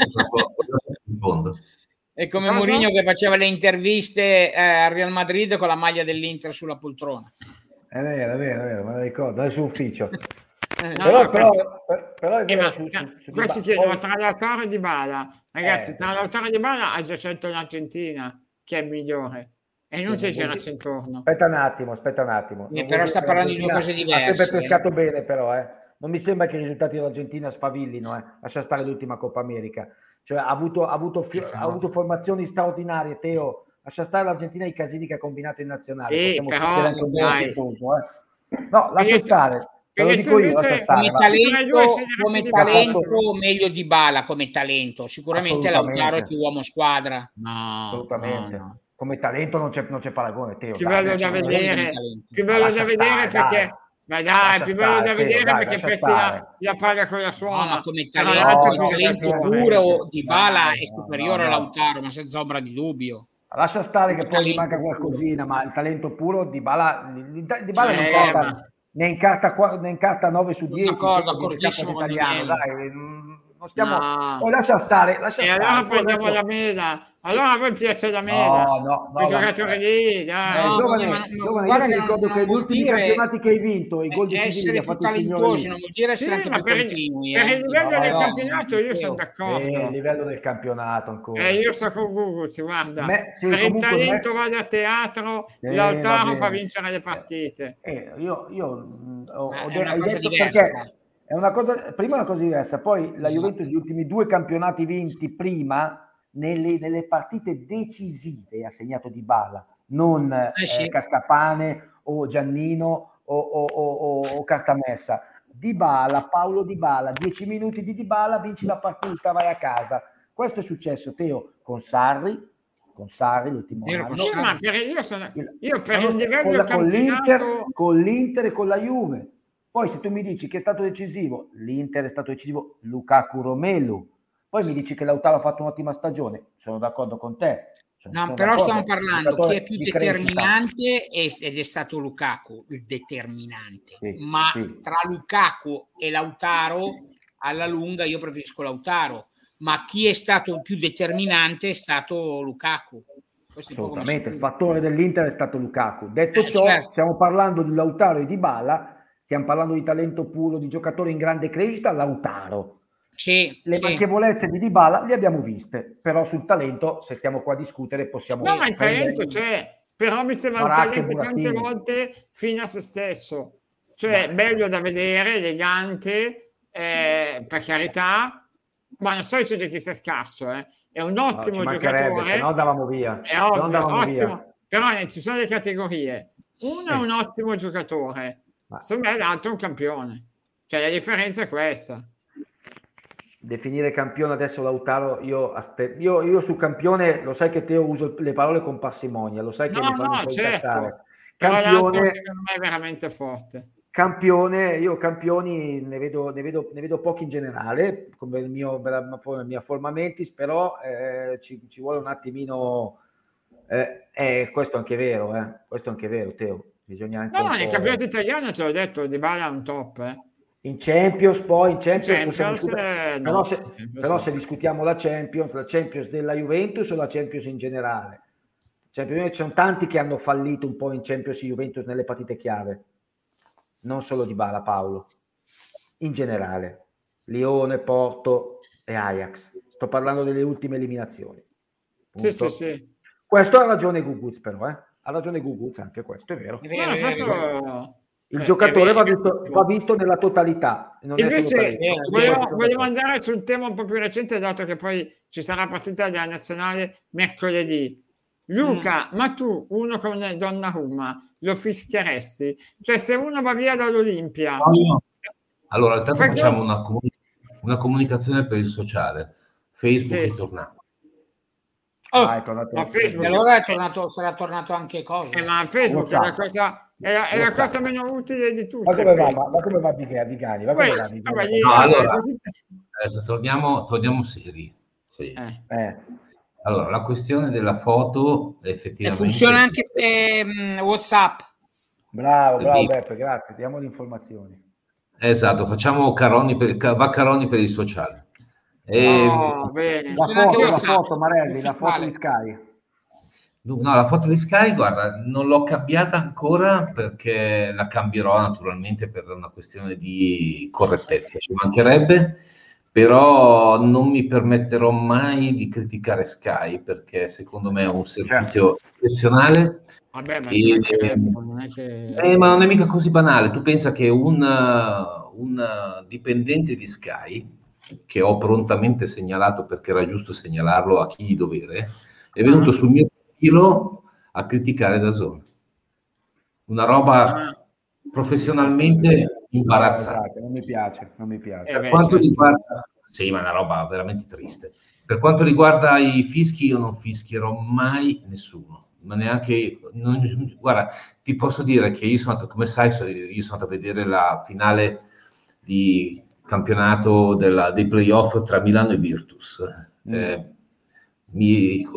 in fondo. È come Cosa? Mourinho che faceva le interviste eh, al Real Madrid con la maglia dell'Inter sulla poltrona. È vero, è vero, è vero, me lo ricordo, è su ufficio. No, però, no, però, questo- però è Eh, vero, ma, su, su, cioè, su qua Dybala. ci chiedono Poi- tra Lautaro e Dybala, ragazzi, Eh, tra Lautaro e Dybala ha già scelto l'Argentina, che è il migliore, e non Sì, c'è non vuol girarsi intorno. Aspetta un attimo, aspetta un attimo. Eh, Non però vuol sta dire che parlando di due l'Argentina cose Ha sempre diverse, pescato bene, però, eh. Non mi sembra che i risultati dell'Argentina sfavillino, eh. Lascia stare l'ultima Coppa America. Cioè, ha avuto, ha avuto, fi- ha avuto formazioni straordinarie, Teo. Lascia stare l'Argentina e i casini che ha combinato in nazionale. Sì, Possiamo però, chiedere anche un buon dai. tifoso, eh. No, lascia Perché- stare. Te lo perché dico tu io, lascia invece- stare. Come va. tra i due talento, sceglieresti come Dybala. talento meglio Dybala come talento. Sicuramente Assolutamente. Lautaro è più uomo squadra. No, Assolutamente. no, no. Come talento non c'è, non c'è paragone, Teo. Più dai, bello dai, da dai. vedere, talento. più Ma bello lascia da vedere stare, perché, dai. ma dai, Lascia più bello stare, da Teo, vedere dai, perché lascia Petti stare. la, la paga con la No, suona. ma come Però talento, l'altro No, è come più no, talento giocatore. puro, Dybala No, è no, superiore no, a no. Lautaro, ma senza ombra di dubbio. Lascia stare che Come poi gli talento manca puro. qualcosina, ma il talento puro di Bala, di Bala ne Eh, incarta, ma- ne incarta, qua- ne incarta nove su Sono dieci, d'accordo, proprio di d'accordissimo capo con italiano, Daniele. dai, mm, non stiamo... No. Poi lascia stare, lascia E stare. allora Poi prendiamo adesso- la Mela. Allora a voi piace la Mela. No, no, Quei no, la- giocatori lì, dai. Eh, No, giovane, ma- ma- giovane, io guarda ti che non- ricordo non che gli vuol ultimi dire- campionati che hai vinto, i gol decisivi li Essere ha più fatti il signore talentosi lì. non vuol dire essere Sì, anche ma più per il, continui. per eh. il livello No, del no, campionato io sono Matteo. d'accordo. Eh, il livello del campionato ancora. Eh, io so con Guguz, guarda, Me- sì, per il comunque talento me- vado a teatro, Sì, va Lautaro fa bene. vincere le partite. Eh, io, io mh, ho, Ma ho è de- una hai cosa detto diversa. perché è una cosa, prima è una cosa diversa, poi la Esatto. Juventus gli ultimi due campionati vinti prima nelle, nelle partite decisive ha segnato Dybala, non Eh sì. eh, Cascapane o Giannino o, o, o, o- o Cartamessa. Dybala, Paolo Dybala, dieci minuti di Dybala, vinci la partita, vai a casa. Questo è successo, Teo, con Sarri, con Sarri l'ultimo Vero, anno. con Sì, Sarri. ma per, io, sono, Il- io per non il lo so, livello con, la- con l'Inter, campionato... con l'Inter e con la Juve. Poi se tu mi dici che è stato decisivo, l'Inter è stato decisivo, Lukaku Romelu. Poi mi dici che Lautaro ha fatto un'ottima stagione, sono d'accordo con te. Sono- No, sono però d'accordo. stiamo parlando Giocatore chi è più di crescita. determinante è- ed è stato Lukaku, il determinante. Sì, Ma sì. tra Lukaku e Lautaro, alla lunga io preferisco Lautaro. Ma chi è stato il più determinante è stato Lukaku. Questo è poco ma Assolutamente, il sicuro. fattore dell'Inter è stato Lukaku. Detto Eh, ciò, certo. stiamo parlando di Lautaro e di Dybala, stiamo parlando di talento puro, di giocatore in grande crescita, Lautaro. Sì, Le sì. manchevolezze di Dybala le abbiamo viste, però sul talento, se stiamo qua a discutere, possiamo No, ma il prendere- talento c'è, però mi sembra un Baracca e talento tante Burattini. volte fine a se stesso. Cioè, bello da vedere, elegante, eh, per carità, ma non sto dicendo che sia scarso, eh. È un No, ottimo ci mancherebbe, giocatore. se no andavamo via. È Se no ovvio, andavamo ottimo. via. Però eh, ci sono le categorie. Uno è Eh. un ottimo giocatore, Ma- secondo me l'altro è un campione. Cioè, la differenza è questa. Definire campione adesso Lautaro, io, aspe- io, io su campione, lo sai che Teo uso le parole con parsimonia, lo sai che No, mi fanno un no, po' certo. incazzare. Però l'altro Campione, secondo me è veramente forte. campione, io campioni ne vedo, ne vedo, ne vedo pochi in generale, come il mio, per la, per la mia forma mentis, però eh, ci, ci vuole un attimino, eh, eh, questo è anche vero, eh, questo è anche vero, Teo, bisogna anche No, un nel po'... campionato italiano te l'ho detto, Dybala è un top, eh. In Champions, poi in Champions, Champions, possiamo discutere, eh, no. però, se, Champions però no. se discutiamo la Champions, la Champions della Juventus o la Champions in generale? Champions, ci sono tanti che hanno fallito un po' in Champions e Juventus nelle partite chiave, non solo Dybala, Paolo, in generale, Lione, Porto e Ajax. Sto parlando delle ultime eliminazioni. Sì, Punto. sì, sì. Questo ha ragione Guguz, però, eh? Ha ragione Guguz, anche questo, è vero. È vero, No, è vero, è vero. questo- Il eh, giocatore è va vero. visto, va visto nella totalità. Non è solo Invece talento. vero, volevo, Questo volevo è andare sul tema un po' più recente, dato che poi ci sarà partita della nazionale mercoledì. Luca, ma tu, uno come Donnarumma, lo fischieresti? Cioè, se uno va via dall'Olimpia, Allora, intanto Fai- facciamo una, comuni- una comunicazione per il sociale. Facebook Sì. è tornato. Oh, Ah, è tornato- ma Facebook- e allora è tornato, sarà tornato anche cosa? eh, ma Facebook è la WhatsApp. cosa, è la, è la WhatsApp. cosa meno utile di tutte. Ma come va, Facebook. ma, ma come va Vigani? Vigani? Ma Poi, come va Vigani? vabbè, gli- No, vabbè, allora- così- Adesso torniamo, torniamo seri. Sì. eh. Eh, Allora, la questione della foto E effettivamente... funziona anche ehm, WhatsApp. Bravo, bravo Beppe, grazie, diamo le informazioni. Esatto, facciamo Caroni per, va Caroni per il sociale. E, oh, bene. La foto, la foto, Marelli, la foto di Sky. No, la foto di Sky, guarda, non l'ho cambiata ancora perché la cambierò naturalmente per una questione di correttezza, ci mancherebbe, però non mi permetterò mai di criticare Sky perché secondo me è un servizio eccezionale. Vabbè, ma, e, non è che... eh, ma non è mica così banale. Tu pensa che un, un dipendente di Sky, che ho prontamente segnalato perché era giusto segnalarlo a chi di dovere, è venuto ah. sul mio profilo a criticare DAZN. Una roba ah. professionalmente imbarazzante. Esatto, non mi piace, non mi piace. Per eh quanto certo. riguarda... Sì, ma è una roba veramente triste. Per quanto riguarda i fischi, io non fischierò mai nessuno. Ma neanche, non, guarda, ti posso dire che io sono andato, come sai, io sono andato a vedere la finale di campionato della, dei playoff tra Milano e Virtus. Mm. Eh, mi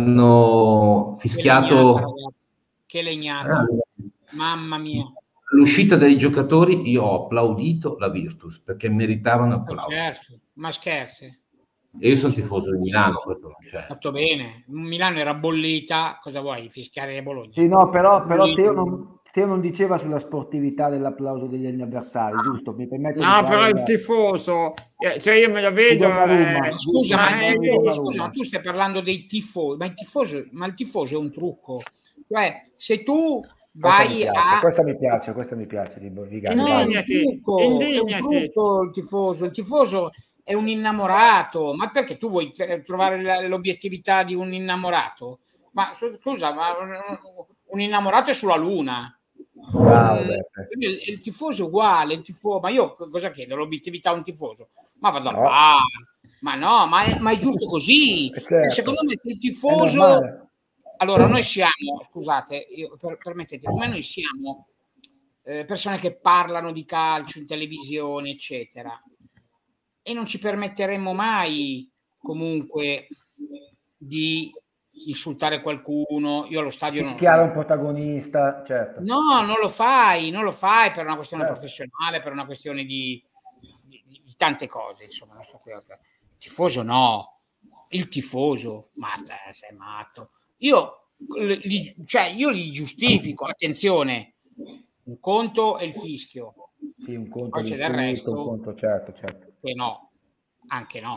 hanno fischiato. Che legnata, ah, mamma mia. L'uscita dei giocatori, io ho applaudito la Virtus perché meritavano applauso. Ma certo, ma scherzi. E io sono tifoso di Milano, questo non c'è. Fatto bene, Milano era bollita, cosa vuoi, fischiare Bologna? Sì, no, però, però Teo, non, Teo non diceva sulla sportività dell'applauso degli avversari, giusto? Mi permetto no, di però il la... tifoso, cioè io me la vedo... Eh, scusa, ma, ma, tu, scusa ma tu stai parlando dei tifosi, ma il tifoso, ma il tifoso è un trucco. Cioè, se tu... vai questa a questa mi piace, questa mi piace di Borghi. Indignati, indignati. Il tifoso, il tifoso è un innamorato, ma perché tu vuoi trovare l'obiettività di un innamorato? Ma scusa, ma un innamorato è sulla luna. Wow, il, il tifoso è uguale, il tifoso, ma io cosa chiedo? L'obiettività a un tifoso? Ma vado no. al bar, ma no, ma è, ma è giusto così. Certo. Secondo me il tifoso... Allora, noi siamo, scusate, io, per, permettete, come noi siamo eh, persone che parlano di calcio in televisione, eccetera, e non ci permetteremo mai comunque di insultare qualcuno. Io allo stadio non... Fischiare un protagonista, certo. No, non lo fai, non lo fai per una questione certo. professionale, per una questione di, di, di tante cose, insomma. Non so che... Il tifoso no, il tifoso, ma sei matto. Io li, cioè io li giustifico, attenzione, un conto è il fischio, sì, un conto poi c'è del resto, un conto, certo, certo. Che no, anche no.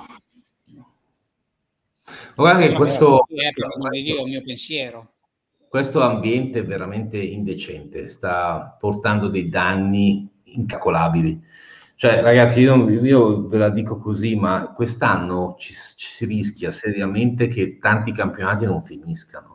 Guarda che no, questo, è il mio pensiero. Questo ambiente veramente indecente sta portando dei danni incalcolabili. Cioè, ragazzi, io, io ve la dico così, ma quest'anno ci, ci si rischia seriamente che tanti campionati non finiscano.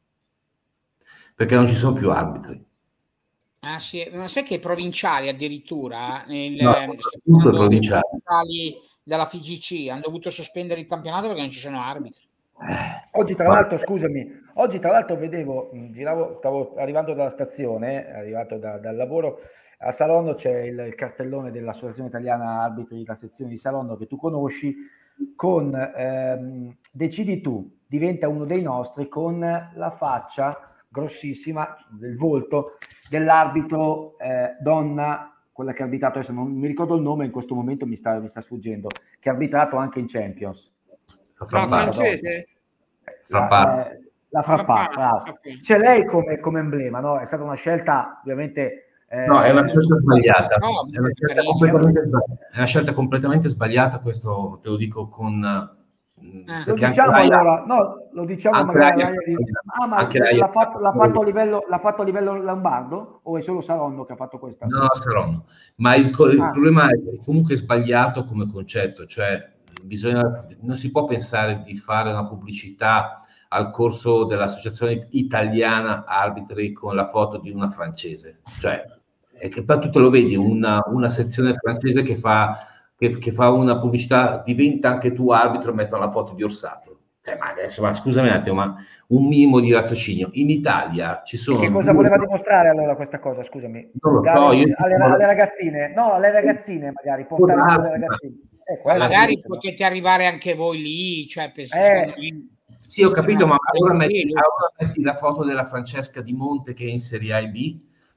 Perché non ci sono più arbitri. Ah sì, ma sai che i provinciali addirittura nel, no, provinciali della F I G C hanno dovuto sospendere il campionato perché non ci sono arbitri. Eh, oggi tra l'altro, scusami, oggi tra l'altro vedevo, giravo, stavo arrivando dalla stazione, arrivato da, dal lavoro, a Saronno c'è il, il cartellone dell'Associazione Italiana Arbitri della sezione di Saronno che tu conosci, con ehm, decidi tu, diventa uno dei nostri, con la faccia grossissima del volto dell'arbitro eh, donna, quella che ha arbitrato, adesso non mi ricordo il nome in questo momento, mi sta, mi sta sfuggendo, che ha arbitrato anche in Champions. La francese? La, eh, la Frappà, bravo. C'è lei come, come emblema, no? È stata una scelta ovviamente... Eh, no, è una scelta sbagliata. No, è, una scelta completamente sbagliata. È una scelta completamente sbagliata, questo te lo dico con... Eh, lo diciamo allora, no, lo diciamo magari Raya di... ah, ma l'ha fatto, l'ha, fatto a livello, l'ha fatto a livello lombardo o è solo Saronno che ha fatto questa? No, Saronno, ma il, il ah. problema è comunque sbagliato come concetto, cioè bisogna, non si può pensare di fare una pubblicità al corso dell'Associazione Italiana Arbitri con la foto di una francese, cioè è che poi tu te lo vedi una, una sezione francese che fa Che, che fa una pubblicità, diventa anche tu arbitro, metto la foto di Orsato. Eh, ma adesso, ma scusami un attimo, ma un minimo di raziocinio. In Italia ci sono... E che cosa voleva dimostrare allora questa cosa, scusami? Non lo so, alle, io... alle, alle ragazzine, no, alle ragazzine magari, portare ah, alle ragazzine. Eh, magari potete arrivare anche voi lì, cioè, penso, eh, sì, ho capito, ma allora metti, allora metti la foto della Francesca Di Monte che è in Serie A e B,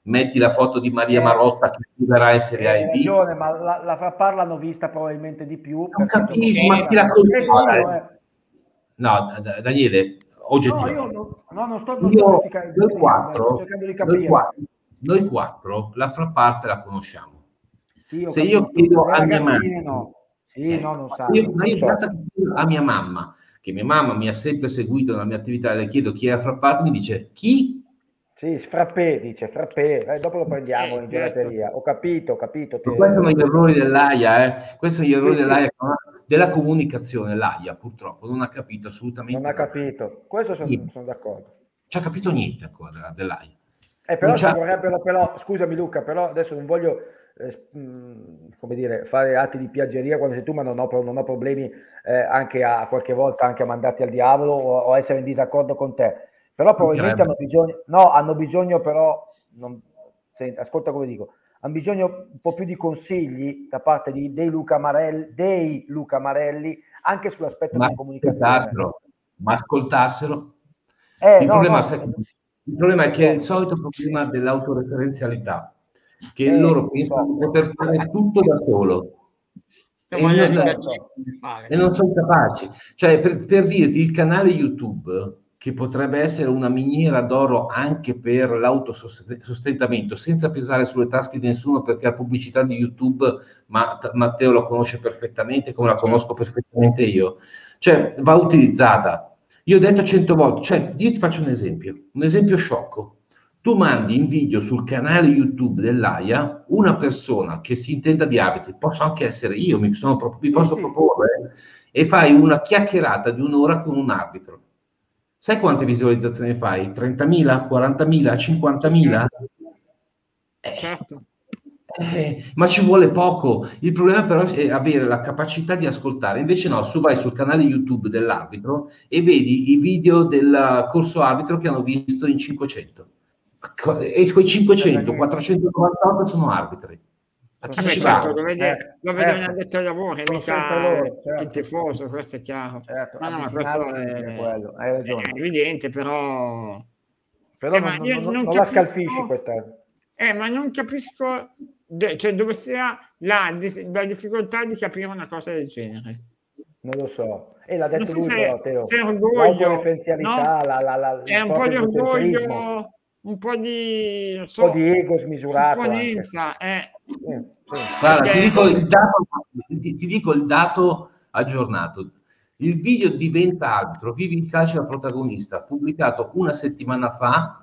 metti la foto di Maria Eh, Marotta che arriverà in Serie A Hai e B. ragione, ma la, la Frappar l'hanno vista probabilmente di più. Non perché capisco, gioca- ma chi la Eh, conosce? quello è. No, Da- Daniele, No, io oggettivamente. non, no, non sto, non sto Io, giustificando, noi sto quattro, cercando di noi capire. quattro, noi quattro, la Frapparte la conosciamo. Sì, ho Se io capito. chiedo Le a mia ragazzine mamma, no. Sì, ecco, no, non ma sanno. io, ma lo io so. basta che chiedo a mia mamma, che mia mamma mi ha sempre seguito nella mia attività, le chiedo chi è la Frapparte, mi dice chi? Sì, frappè, dice, frappè. Eh, dopo lo prendiamo Eh, in certo. gelateria. Ho capito, ho capito. Ma Te- questi sono gli errori dell'Aia, eh? Questi sono gli errori Sì, sì. dell'Aia, della comunicazione. L'Aia purtroppo non ha capito assolutamente Non ha nulla. capito. Questo sono, Niente. sono d'accordo. ci ha capito niente ancora della- dell'Aia. Eh, però Non ci c'ha- vorrebbero, però, scusami Luca, però adesso non voglio, eh, mh, come dire, fare atti di piaggeria quando sei tu, ma non ho, pro- non ho problemi eh, anche a qualche volta anche a mandarti al diavolo o, o essere in disaccordo con te. Però probabilmente hanno bisogno, no, hanno bisogno però, non, senti, ascolta come dico, hanno bisogno un po' più di consigli da parte di, dei, Luca Marelli, dei Luca Marelli anche sull'aspetto ma di comunicazione. ascoltassero, ma ascoltassero. Eh, il, no, problema, no, sai- il problema è che è il so. solito problema dell'autoreferenzialità, che Eh, loro pensano so. di poter fare tutto da solo. E Ma non, io non dico- so. e non sono capaci. Cioè, per, per dirti, il canale YouTube, che potrebbe essere una miniera d'oro anche per l'autosostentamento, senza pesare sulle tasche di nessuno, perché la pubblicità di YouTube, ma Matteo lo conosce perfettamente, come la conosco perfettamente io, cioè va utilizzata. Io ho detto cento volte, cioè io ti faccio un esempio, un esempio sciocco. Tu mandi in video sul canale YouTube dell'Aia una persona che si intenda di arbitri, posso anche essere io, mi, sono, mi posso sì. proporre, e fai una chiacchierata di un'ora con un arbitro. Sai quante visualizzazioni fai? trentamila, quarantamila, cinquantamila? Eh, Certo. eh, ma ci vuole poco. Il problema però è avere la capacità di ascoltare. Invece no, tu vai sul canale YouTube dell'arbitro e vedi i video del corso arbitro che hanno visto in cinquecento. E quei cinquecento, quattrocentonovantotto sono arbitri. A chi Vabbè, ci certo, va? lo vede, Eh, lo vede un certo. addetto ai lavori, Sono sempre mica loro, il certo. tifoso, questo è chiaro. Certo, No, no, ma questo avvicinarsi è, è quello, hai ragione. è evidente, però... Però Eh, non, ma non- io non- non non la capisco- scalfisci questa. Eh, ma non capisco de- cioè, dove sia la, dis- la difficoltà di capire una cosa del genere. Non lo so. E l'ha detto Non so lui se- però, Teo. se è orgoglio, L'autoreferenzialità, no? la, la, la, È il un po' di proprio egocentrismo, orgoglio, un po' di, non un so, po' di ego smisurato anche. supponenza, eh. Sì, sì. Guarda, Perché- ti dico il dato, ti, ti dico il dato aggiornato. Il video Diventa arbitro, vivi il calcio da protagonista, pubblicato una settimana fa,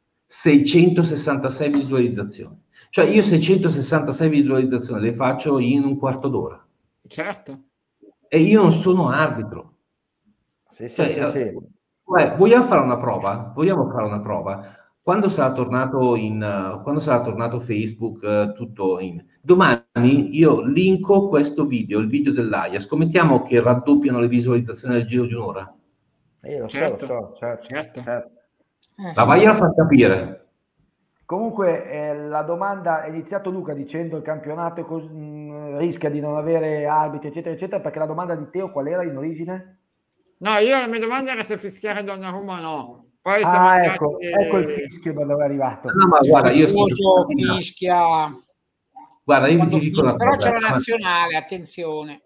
seicentosessantasei visualizzazioni. Cioè io seicentosessantasei visualizzazioni le faccio in un quarto d'ora. Certo. E io non sono arbitro. Sì, sì, Cioè, sì, sì. eh, guarda, vogliamo fare una prova? Vogliamo fare una prova? Quando sarà tornato in uh, quando sarà tornato Facebook, uh, tutto in domani io linko questo video, il video dell'Aia. Scommettiamo che raddoppiano le visualizzazioni nel giro di un'ora. Eh, lo Certo, so, lo so, certo, certo. certo. Eh, Ma vai a far capire. Comunque eh, la domanda è iniziato Luca dicendo il campionato cos- mh, rischia di non avere arbitri eccetera eccetera, perché la domanda di Teo qual era in origine? No, io la mia domanda era se fischiare Donnarumma o no. Poi siamo Ah, andati- ecco, ecco il fischio da dove è arrivato. No, ma guarda, io tifoso fischia guarda, io quando ti dico una fischia, però cosa. c'è la nazionale, attenzione.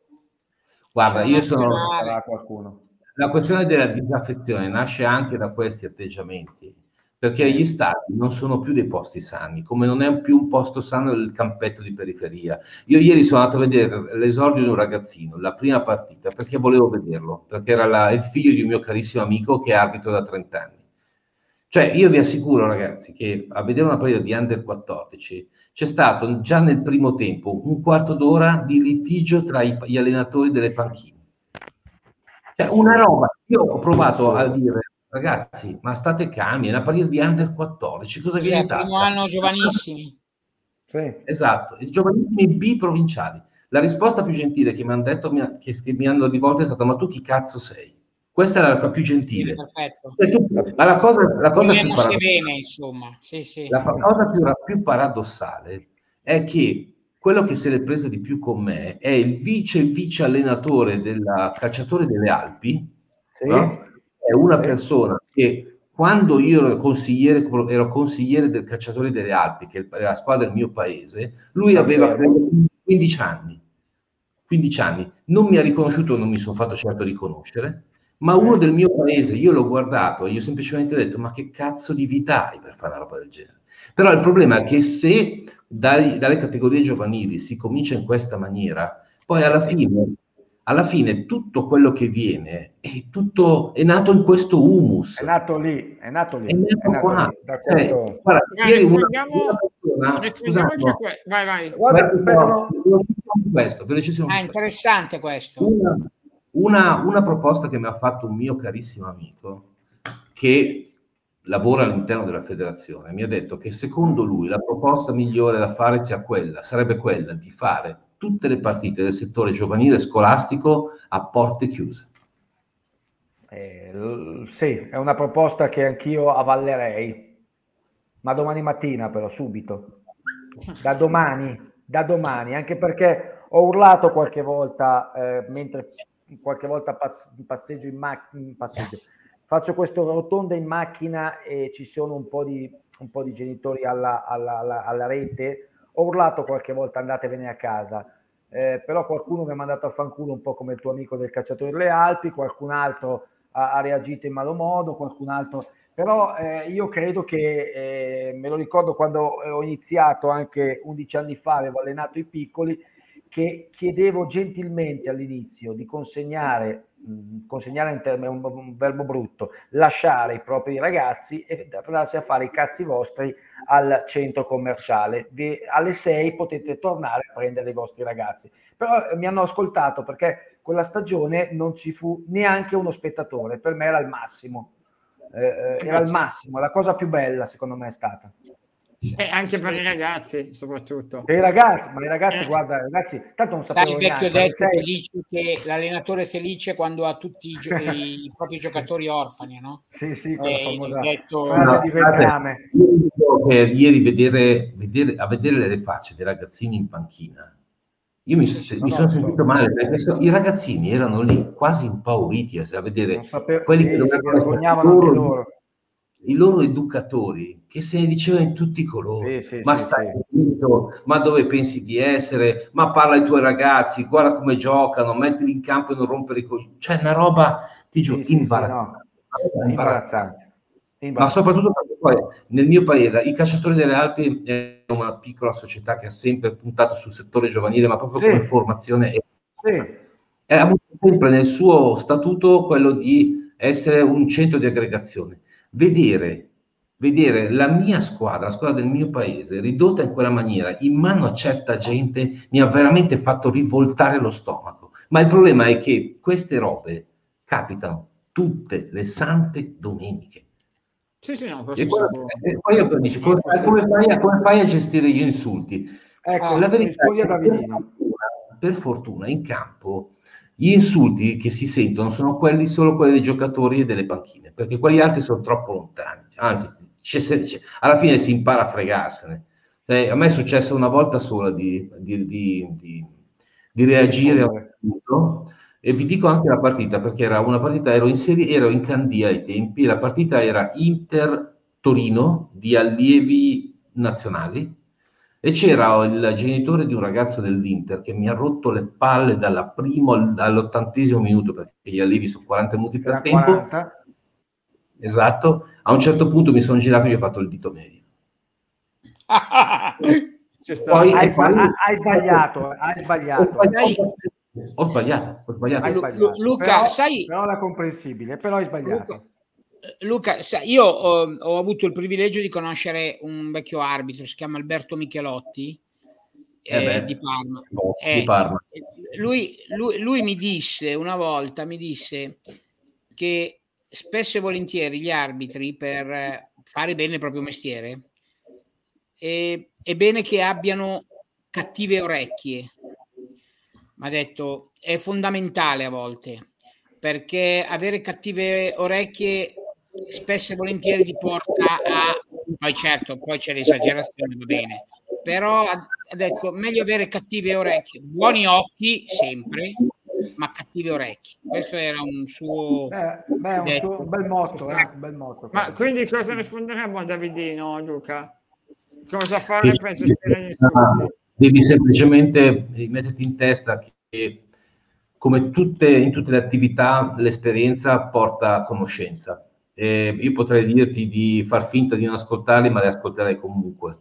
Guarda, c'è la io sono nazionale. Sarà qualcuno. la questione della disaffezione nasce anche da questi atteggiamenti, perché gli stadi non sono più dei posti sani, come non è più un posto sano il campetto di periferia. Io ieri sono andato a vedere l'esordio di un ragazzino, la prima partita, perché volevo vederlo, perché era la- il figlio di un mio carissimo amico che è arbitro da trenta anni. Cioè, io vi assicuro, ragazzi, che a vedere una partita di Under quattordici c'è stato già nel primo tempo un quarto d'ora di litigio tra i- gli allenatori delle panchine. Cioè, una roba, io ho provato a dire, ragazzi, ma state calmi, è una partita di Under quattordici, cosa viene Cioè, in tasca? primo anno giovanissimi. Sì. Esatto, i giovanissimi B provinciali. La risposta più gentile che mi hanno detto, mi ha- che, che mi hanno rivolto è stata: ma tu chi cazzo sei? Questa era la più gentile. Perfetto. Cioè, tu- ma la cosa, la cosa più Vivremo se paradossale, bene, insomma. Sì, sì. la fa- cosa più, più paradossale è che quello che se l'è presa di più con me è il vice vice allenatore del calciatore delle Alpi, Sì. no? È una Sì. persona che quando io ero consigliere, ero consigliere del Cacciatori delle Alpi, che è la squadra del mio paese, lui aveva credo quindici anni. quindici anni. Non mi ha riconosciuto, non mi sono fatto certo riconoscere, ma uno del mio paese, io l'ho guardato e io semplicemente ho detto: ma che cazzo di vita hai per fare una roba del genere? Però il problema è che se dai, dalle categorie giovanili si comincia in questa maniera, poi alla fine, alla fine tutto quello che viene è, tutto, è nato in questo humus. È nato lì, è nato lì. È nato è nato qua. lì, da Cioè, questo... guarda, No, ieri una, rispondiamo, una persona, rispondiamo scusate, anche que- vai, vai. Guarda, questo, aspettano... questo, velocissimo Ah, questo. interessante questo. Una, una, una proposta che mi ha fatto un mio carissimo amico che lavora all'interno della federazione, mi ha detto che secondo lui la proposta migliore da fare sia quella, sarebbe quella di fare tutte le partite del settore giovanile scolastico a porte chiuse. Eh, l- sì, è una proposta che anch'io avallerei, ma domani mattina però, subito, da domani, da domani, anche perché ho urlato qualche volta, eh, mentre qualche volta pass- passeggio in macchina, passeggio, faccio questo rotonda in macchina e ci sono un po' di, un po' di genitori alla, alla, alla, alla rete, ho urlato qualche volta andatevene a casa. Eh, però qualcuno mi ha mandato a fanculo, un po' come il tuo amico del Cacciatore delle Alpi, qualcun altro ha, ha reagito in malo modo, qualcun altro, però eh, io credo che, eh, me lo ricordo quando ho iniziato anche undici anni fa, avevo allenato i piccoli, che chiedevo gentilmente all'inizio di consegnare, mh, consegnare un, termine, un, un verbo brutto, lasciare i propri ragazzi e andarsi a fare i cazzi vostri al centro commerciale. Vi, alle sei potete tornare a prendere i vostri ragazzi. Però eh, mi hanno ascoltato, perché quella stagione non ci fu neanche uno spettatore, per me era il massimo, eh, era il massimo, la cosa più bella secondo me è stata. E anche per i ragazzi soprattutto. Per i ragazzi, ma i ragazzi, Eh. guarda, ragazzi, tanto non Sai sapevo il vecchio neanche. detto felice, che l'allenatore è felice quando ha tutti i, gio- i propri giocatori orfani, no? Sì, sì, quella Eh, famosa detto... frase No, di guardate, Beltrame. io dico che ieri vedere, vedere, a vedere le facce dei ragazzini in panchina, io mi, Sì, sì, mi no, sono no, sentito so. male, perché so- i ragazzini erano lì quasi impauriti a vedere Non sapevo, quelli sì, che si dovevano essere i vergognavano anche loro, loro. i loro educatori, che se ne dicevano in tutti i colori: Sì, sì, ma sì, stai sì. zitto, ma dove pensi di essere, ma parla ai tuoi ragazzi, guarda come giocano, mettili in campo e non rompere i coglioni. Cioè, una roba, ti giuro, Sì, sì, sì, imbarazzante. no. Imbarazzante. Imbarazzante. Ma Imbarazzante. soprattutto perché poi nel mio paese i Cacciatori delle Alpi è una piccola società che ha sempre puntato sul settore giovanile, ma proprio Sì, come formazione, e sì, ha avuto sempre nel suo statuto quello di essere un centro di aggregazione. Vedere, vedere la mia squadra, la squadra del mio paese, ridotta in quella maniera, in mano a certa gente, mi ha veramente fatto rivoltare lo stomaco. Ma il problema è che queste robe capitano tutte le sante domeniche. Sì, sì, no, E questo poi, sicuro. e poi io dici, come, come fai a, come fai a gestire gli insulti? ecco, La verità è rispondi a che per Davidino. fortuna, per fortuna in campo gli insulti che si sentono sono quelli, solo quelli dei giocatori e delle panchine, perché quegli altri sono troppo lontani. Anzi, c'è, c'è, alla fine si impara a fregarsene. Eh, a me è successo una volta sola di, di, di, di, di reagire a un insulto. E vi dico anche la partita, perché era una partita, ero in serie, ero in Candia ai tempi, la partita era Inter-Torino di allievi nazionali, e c'era il genitore di un ragazzo dell'Inter che mi ha rotto le palle dalla primo all'ottantesimo minuto, perché gli allievi sono quaranta minuti per Era tempo. quaranta. Esatto, a un certo punto mi sono girato e gli ho fatto il dito medio. C'è Poi, Hai, e sba- poi- hai sbagliato, hai sbagliato. Ho sbagliato, ho sbagliato, ho sbagliato. Hai Lu- sbagliato. Luca, però, sai- però era comprensibile, però hai sbagliato. Luca, Luca, sai, io ho, ho avuto il privilegio di conoscere un vecchio arbitro, si chiama Alberto Michelotti, Eh eh, beh, di Parma. boss Eh, di Parma. lui, lui, lui mi disse una volta, mi disse che spesso e volentieri gli arbitri, per fare bene il proprio mestiere, eh, è bene che abbiano cattive orecchie. Mi ha detto, è fondamentale a volte, perché avere cattive orecchie spesso e volentieri ti porta a, poi certo, poi c'è l'esagerazione, va bene, però ha detto meglio avere cattive orecchie, buoni occhi sempre, ma cattive orecchie. Questo era un suo... Beh, beh, un, suo, un bel motto, eh, un bel motto. Ma quindi cosa risponderemo a Davidino, Luca? Cosa fare per gestire gli insulti? Devi semplicemente metterti in testa che, come tutte, in tutte le attività, l'esperienza porta a conoscenza. Eh, io potrei dirti di far finta di non ascoltarli, ma li ascolterai comunque.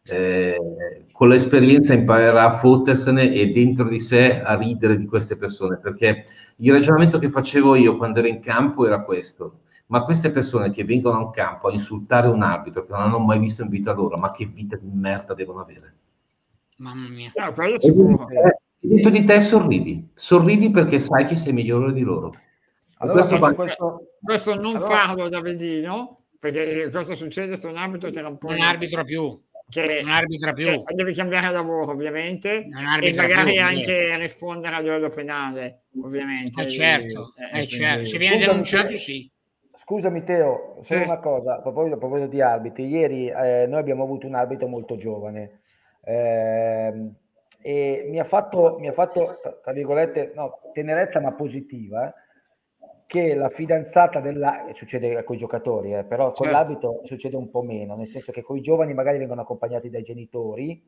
Eh, con l'esperienza imparerà a fottersene e dentro di sé a ridere di queste persone, perché il ragionamento che facevo io quando ero in campo era questo: ma queste persone che vengono a un campo a insultare un arbitro che non hanno mai visto in vita loro, ma che vita di merda devono avere? Mamma mia. No, quello sicuro. E dentro di te sorridi, sorridi perché sai che sei migliore di loro. Allora, questo, questo, va... questo, questo non allora... farlo, Davidino, perché cosa succede se un arbitro c'era un po' un arbitro più che, non arbitra più, che devi cambiare lavoro ovviamente e magari più, anche via. rispondere a livello penale, ovviamente. Eh certo, eh, eh, certo. se viene denunciato sì. Scusami Teo, solo sì. una cosa, a proposito, a proposito di arbitri, ieri eh, noi abbiamo avuto un arbitro molto giovane eh, e mi ha fatto, mi ha fatto tra virgolette, no, tenerezza ma positiva, che la fidanzata della... succede con i giocatori, eh, però con certo. l'arbitro succede un po' meno, nel senso che con i giovani magari vengono accompagnati dai genitori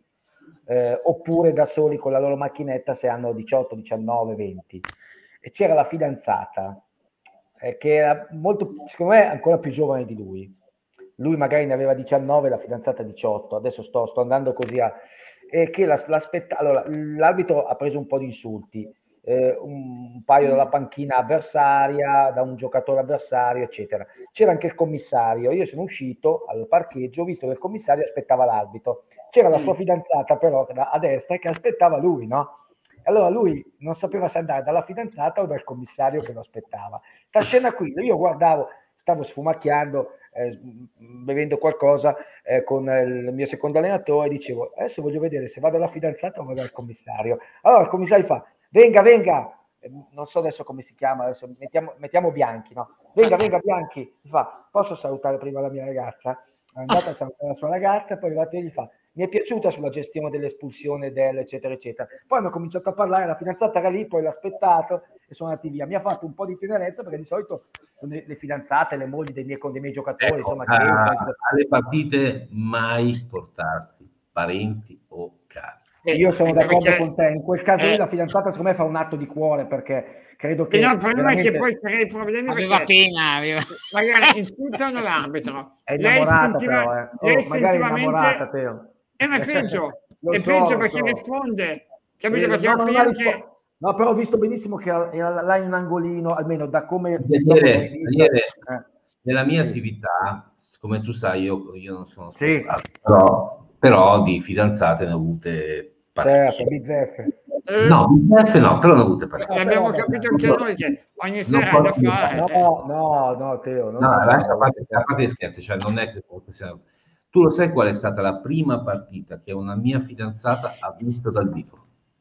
eh, oppure da soli con la loro macchinetta se hanno diciotto, diciannove, venti. E c'era la fidanzata eh, che era molto, secondo me, ancora più giovane di lui. Lui magari ne aveva diciannove, la fidanzata diciotto, adesso sto, sto andando così a... E che l'aspetta... Allora, l'arbitro ha preso un po' di insulti, Eh, un, un paio dalla panchina avversaria, da un giocatore avversario, eccetera. C'era anche il commissario. Io sono uscito al parcheggio, ho visto che il commissario aspettava l'arbitro. C'era la sua fidanzata però a destra che aspettava lui, no? Allora lui non sapeva se andare dalla fidanzata o dal commissario che lo aspettava. Sta scena qui, io guardavo, stavo sfumacchiando, eh, bevendo qualcosa eh, con il mio secondo allenatore e dicevo, adesso voglio vedere se vado dalla fidanzata o vado dal commissario. Allora il commissario fa, venga, venga, non so adesso come si chiama, adesso mettiamo, mettiamo Bianchi, no? Venga, venga Bianchi, mi fa, posso salutare prima la mia ragazza? È andata a salutare la sua ragazza, poi è arrivato e gli fa, mi è piaciuta sulla gestione dell'espulsione del eccetera eccetera. Poi hanno cominciato a parlare, la fidanzata era lì, poi l'ha aspettato e sono andati via. Mi ha fatto un po' di tenerezza perché di solito sono le, le fidanzate, le mogli dei miei, dei miei giocatori, ecco, insomma, a, che alle partite mai portarti parenti o cari. Io sono d'accordo perché, con te, in quel caso eh, lì la fidanzata secondo me fa un atto di cuore perché credo che... No, il problema veramente... è che poi crea i problemi aveva perché pena, aveva... magari insultano l'arbitro. È innamorata lei però, eh. Oh, lei magari è innamorata, Teo. Eh, ma è peggio, Lo è so, peggio lo perché so. risponde, capito? Eh, perché no, alla non fine rispo- che... no, però ho visto benissimo che era là in un angolino, almeno da come... Daniele, visto, Daniele, eh. nella mia sì. attività, come tu sai, io, io non sono sì. sposato, però, però di fidanzate ne ho avute parecchie. Certo, bizzeffe. Eh, no, bizzeffe no, però ne ho avute parecchie. L'abbiamo però, capito basta. anche noi che ogni sera è da fare. No, no, no, Teo. Non no, facciamo. lascia a parte, a parte scherzi, cioè non è che siamo... Tu lo sai qual è stata la prima partita che una mia fidanzata ha visto dal vivo?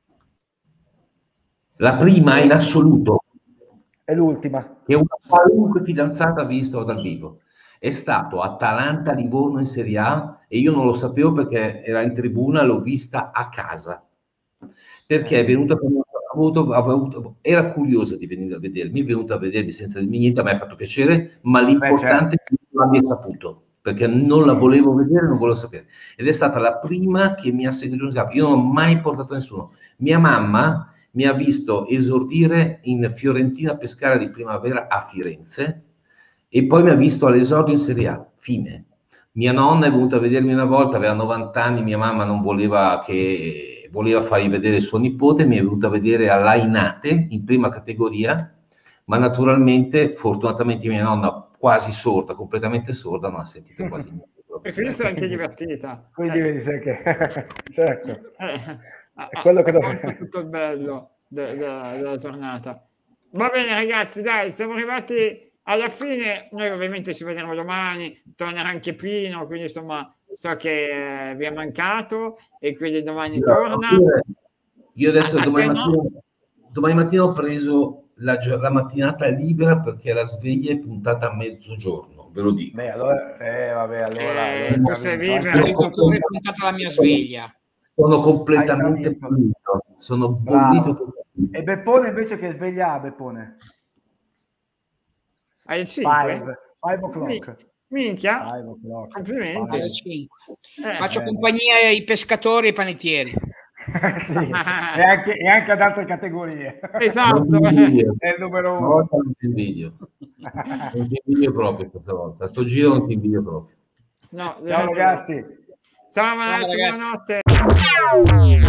La prima in assoluto. È l'ultima. Che una qualunque fidanzata ha visto dal vivo. È stato Atalanta-Livorno in Serie A e io non lo sapevo perché era in tribuna, l'ho vista a casa. Perché è venuta con... Avuto, avuto, era curiosa di venire a vedermi, è venuta a vedermi senza dirmi niente, a me ha fatto piacere, ma l'importante è che non l'abbia saputo, perché non la volevo vedere, non volevo sapere. Ed è stata la prima che mi ha seguito in campo. Io non ho mai portato nessuno. Mia mamma mi ha visto esordire in Fiorentina Pescara di Primavera a Firenze e poi mi ha visto all'esordio in Serie A, fine. Mia nonna è venuta a vedermi una volta, aveva novanta anni, mia mamma non voleva che... voleva fargli vedere suo nipote, mi è venuta a vedere all'Ainate in prima categoria, ma naturalmente, fortunatamente mia nonna quasi sorda, completamente sorda, non ha sentito quasi niente. E quindi sei anche divertita. Quindi eh. vedi sai che... certo. Eh, è quello che dovrebbe... è tutto il bello de- de- della giornata. Va bene ragazzi, dai, siamo arrivati alla fine. Noi ovviamente ci vedremo domani, tornerà anche Pino, quindi insomma... so che eh, vi è mancato e quindi domani io, torna. Io adesso a, domani, a mattina, no? domani mattina ho preso la, la mattinata libera perché la sveglia è puntata a mezzogiorno, ve lo dico. Beh, allora, eh, vabbè, allora, eh, allora sei libero. Ho puntato la mia sveglia. Sono completamente bollito, sono bollito. E Beppone invece che sveglia, Beppone? Alle cinque? Five, five o'clock. Minchia, Five o'clock. complimenti. Alle cinque. Eh, Faccio eh. compagnia ai pescatori e ai panettieri. Sì, e, anche, e anche ad altre categorie. Esatto. Non ti invidio. È il numero uno. Stavolta non ti invidio. Non ti invidio proprio questa volta. A sto giro non ti invidio proprio. No, Ciao ragazzi. Ciao, Ciao, ragazzi, ragazzi. buonanotte.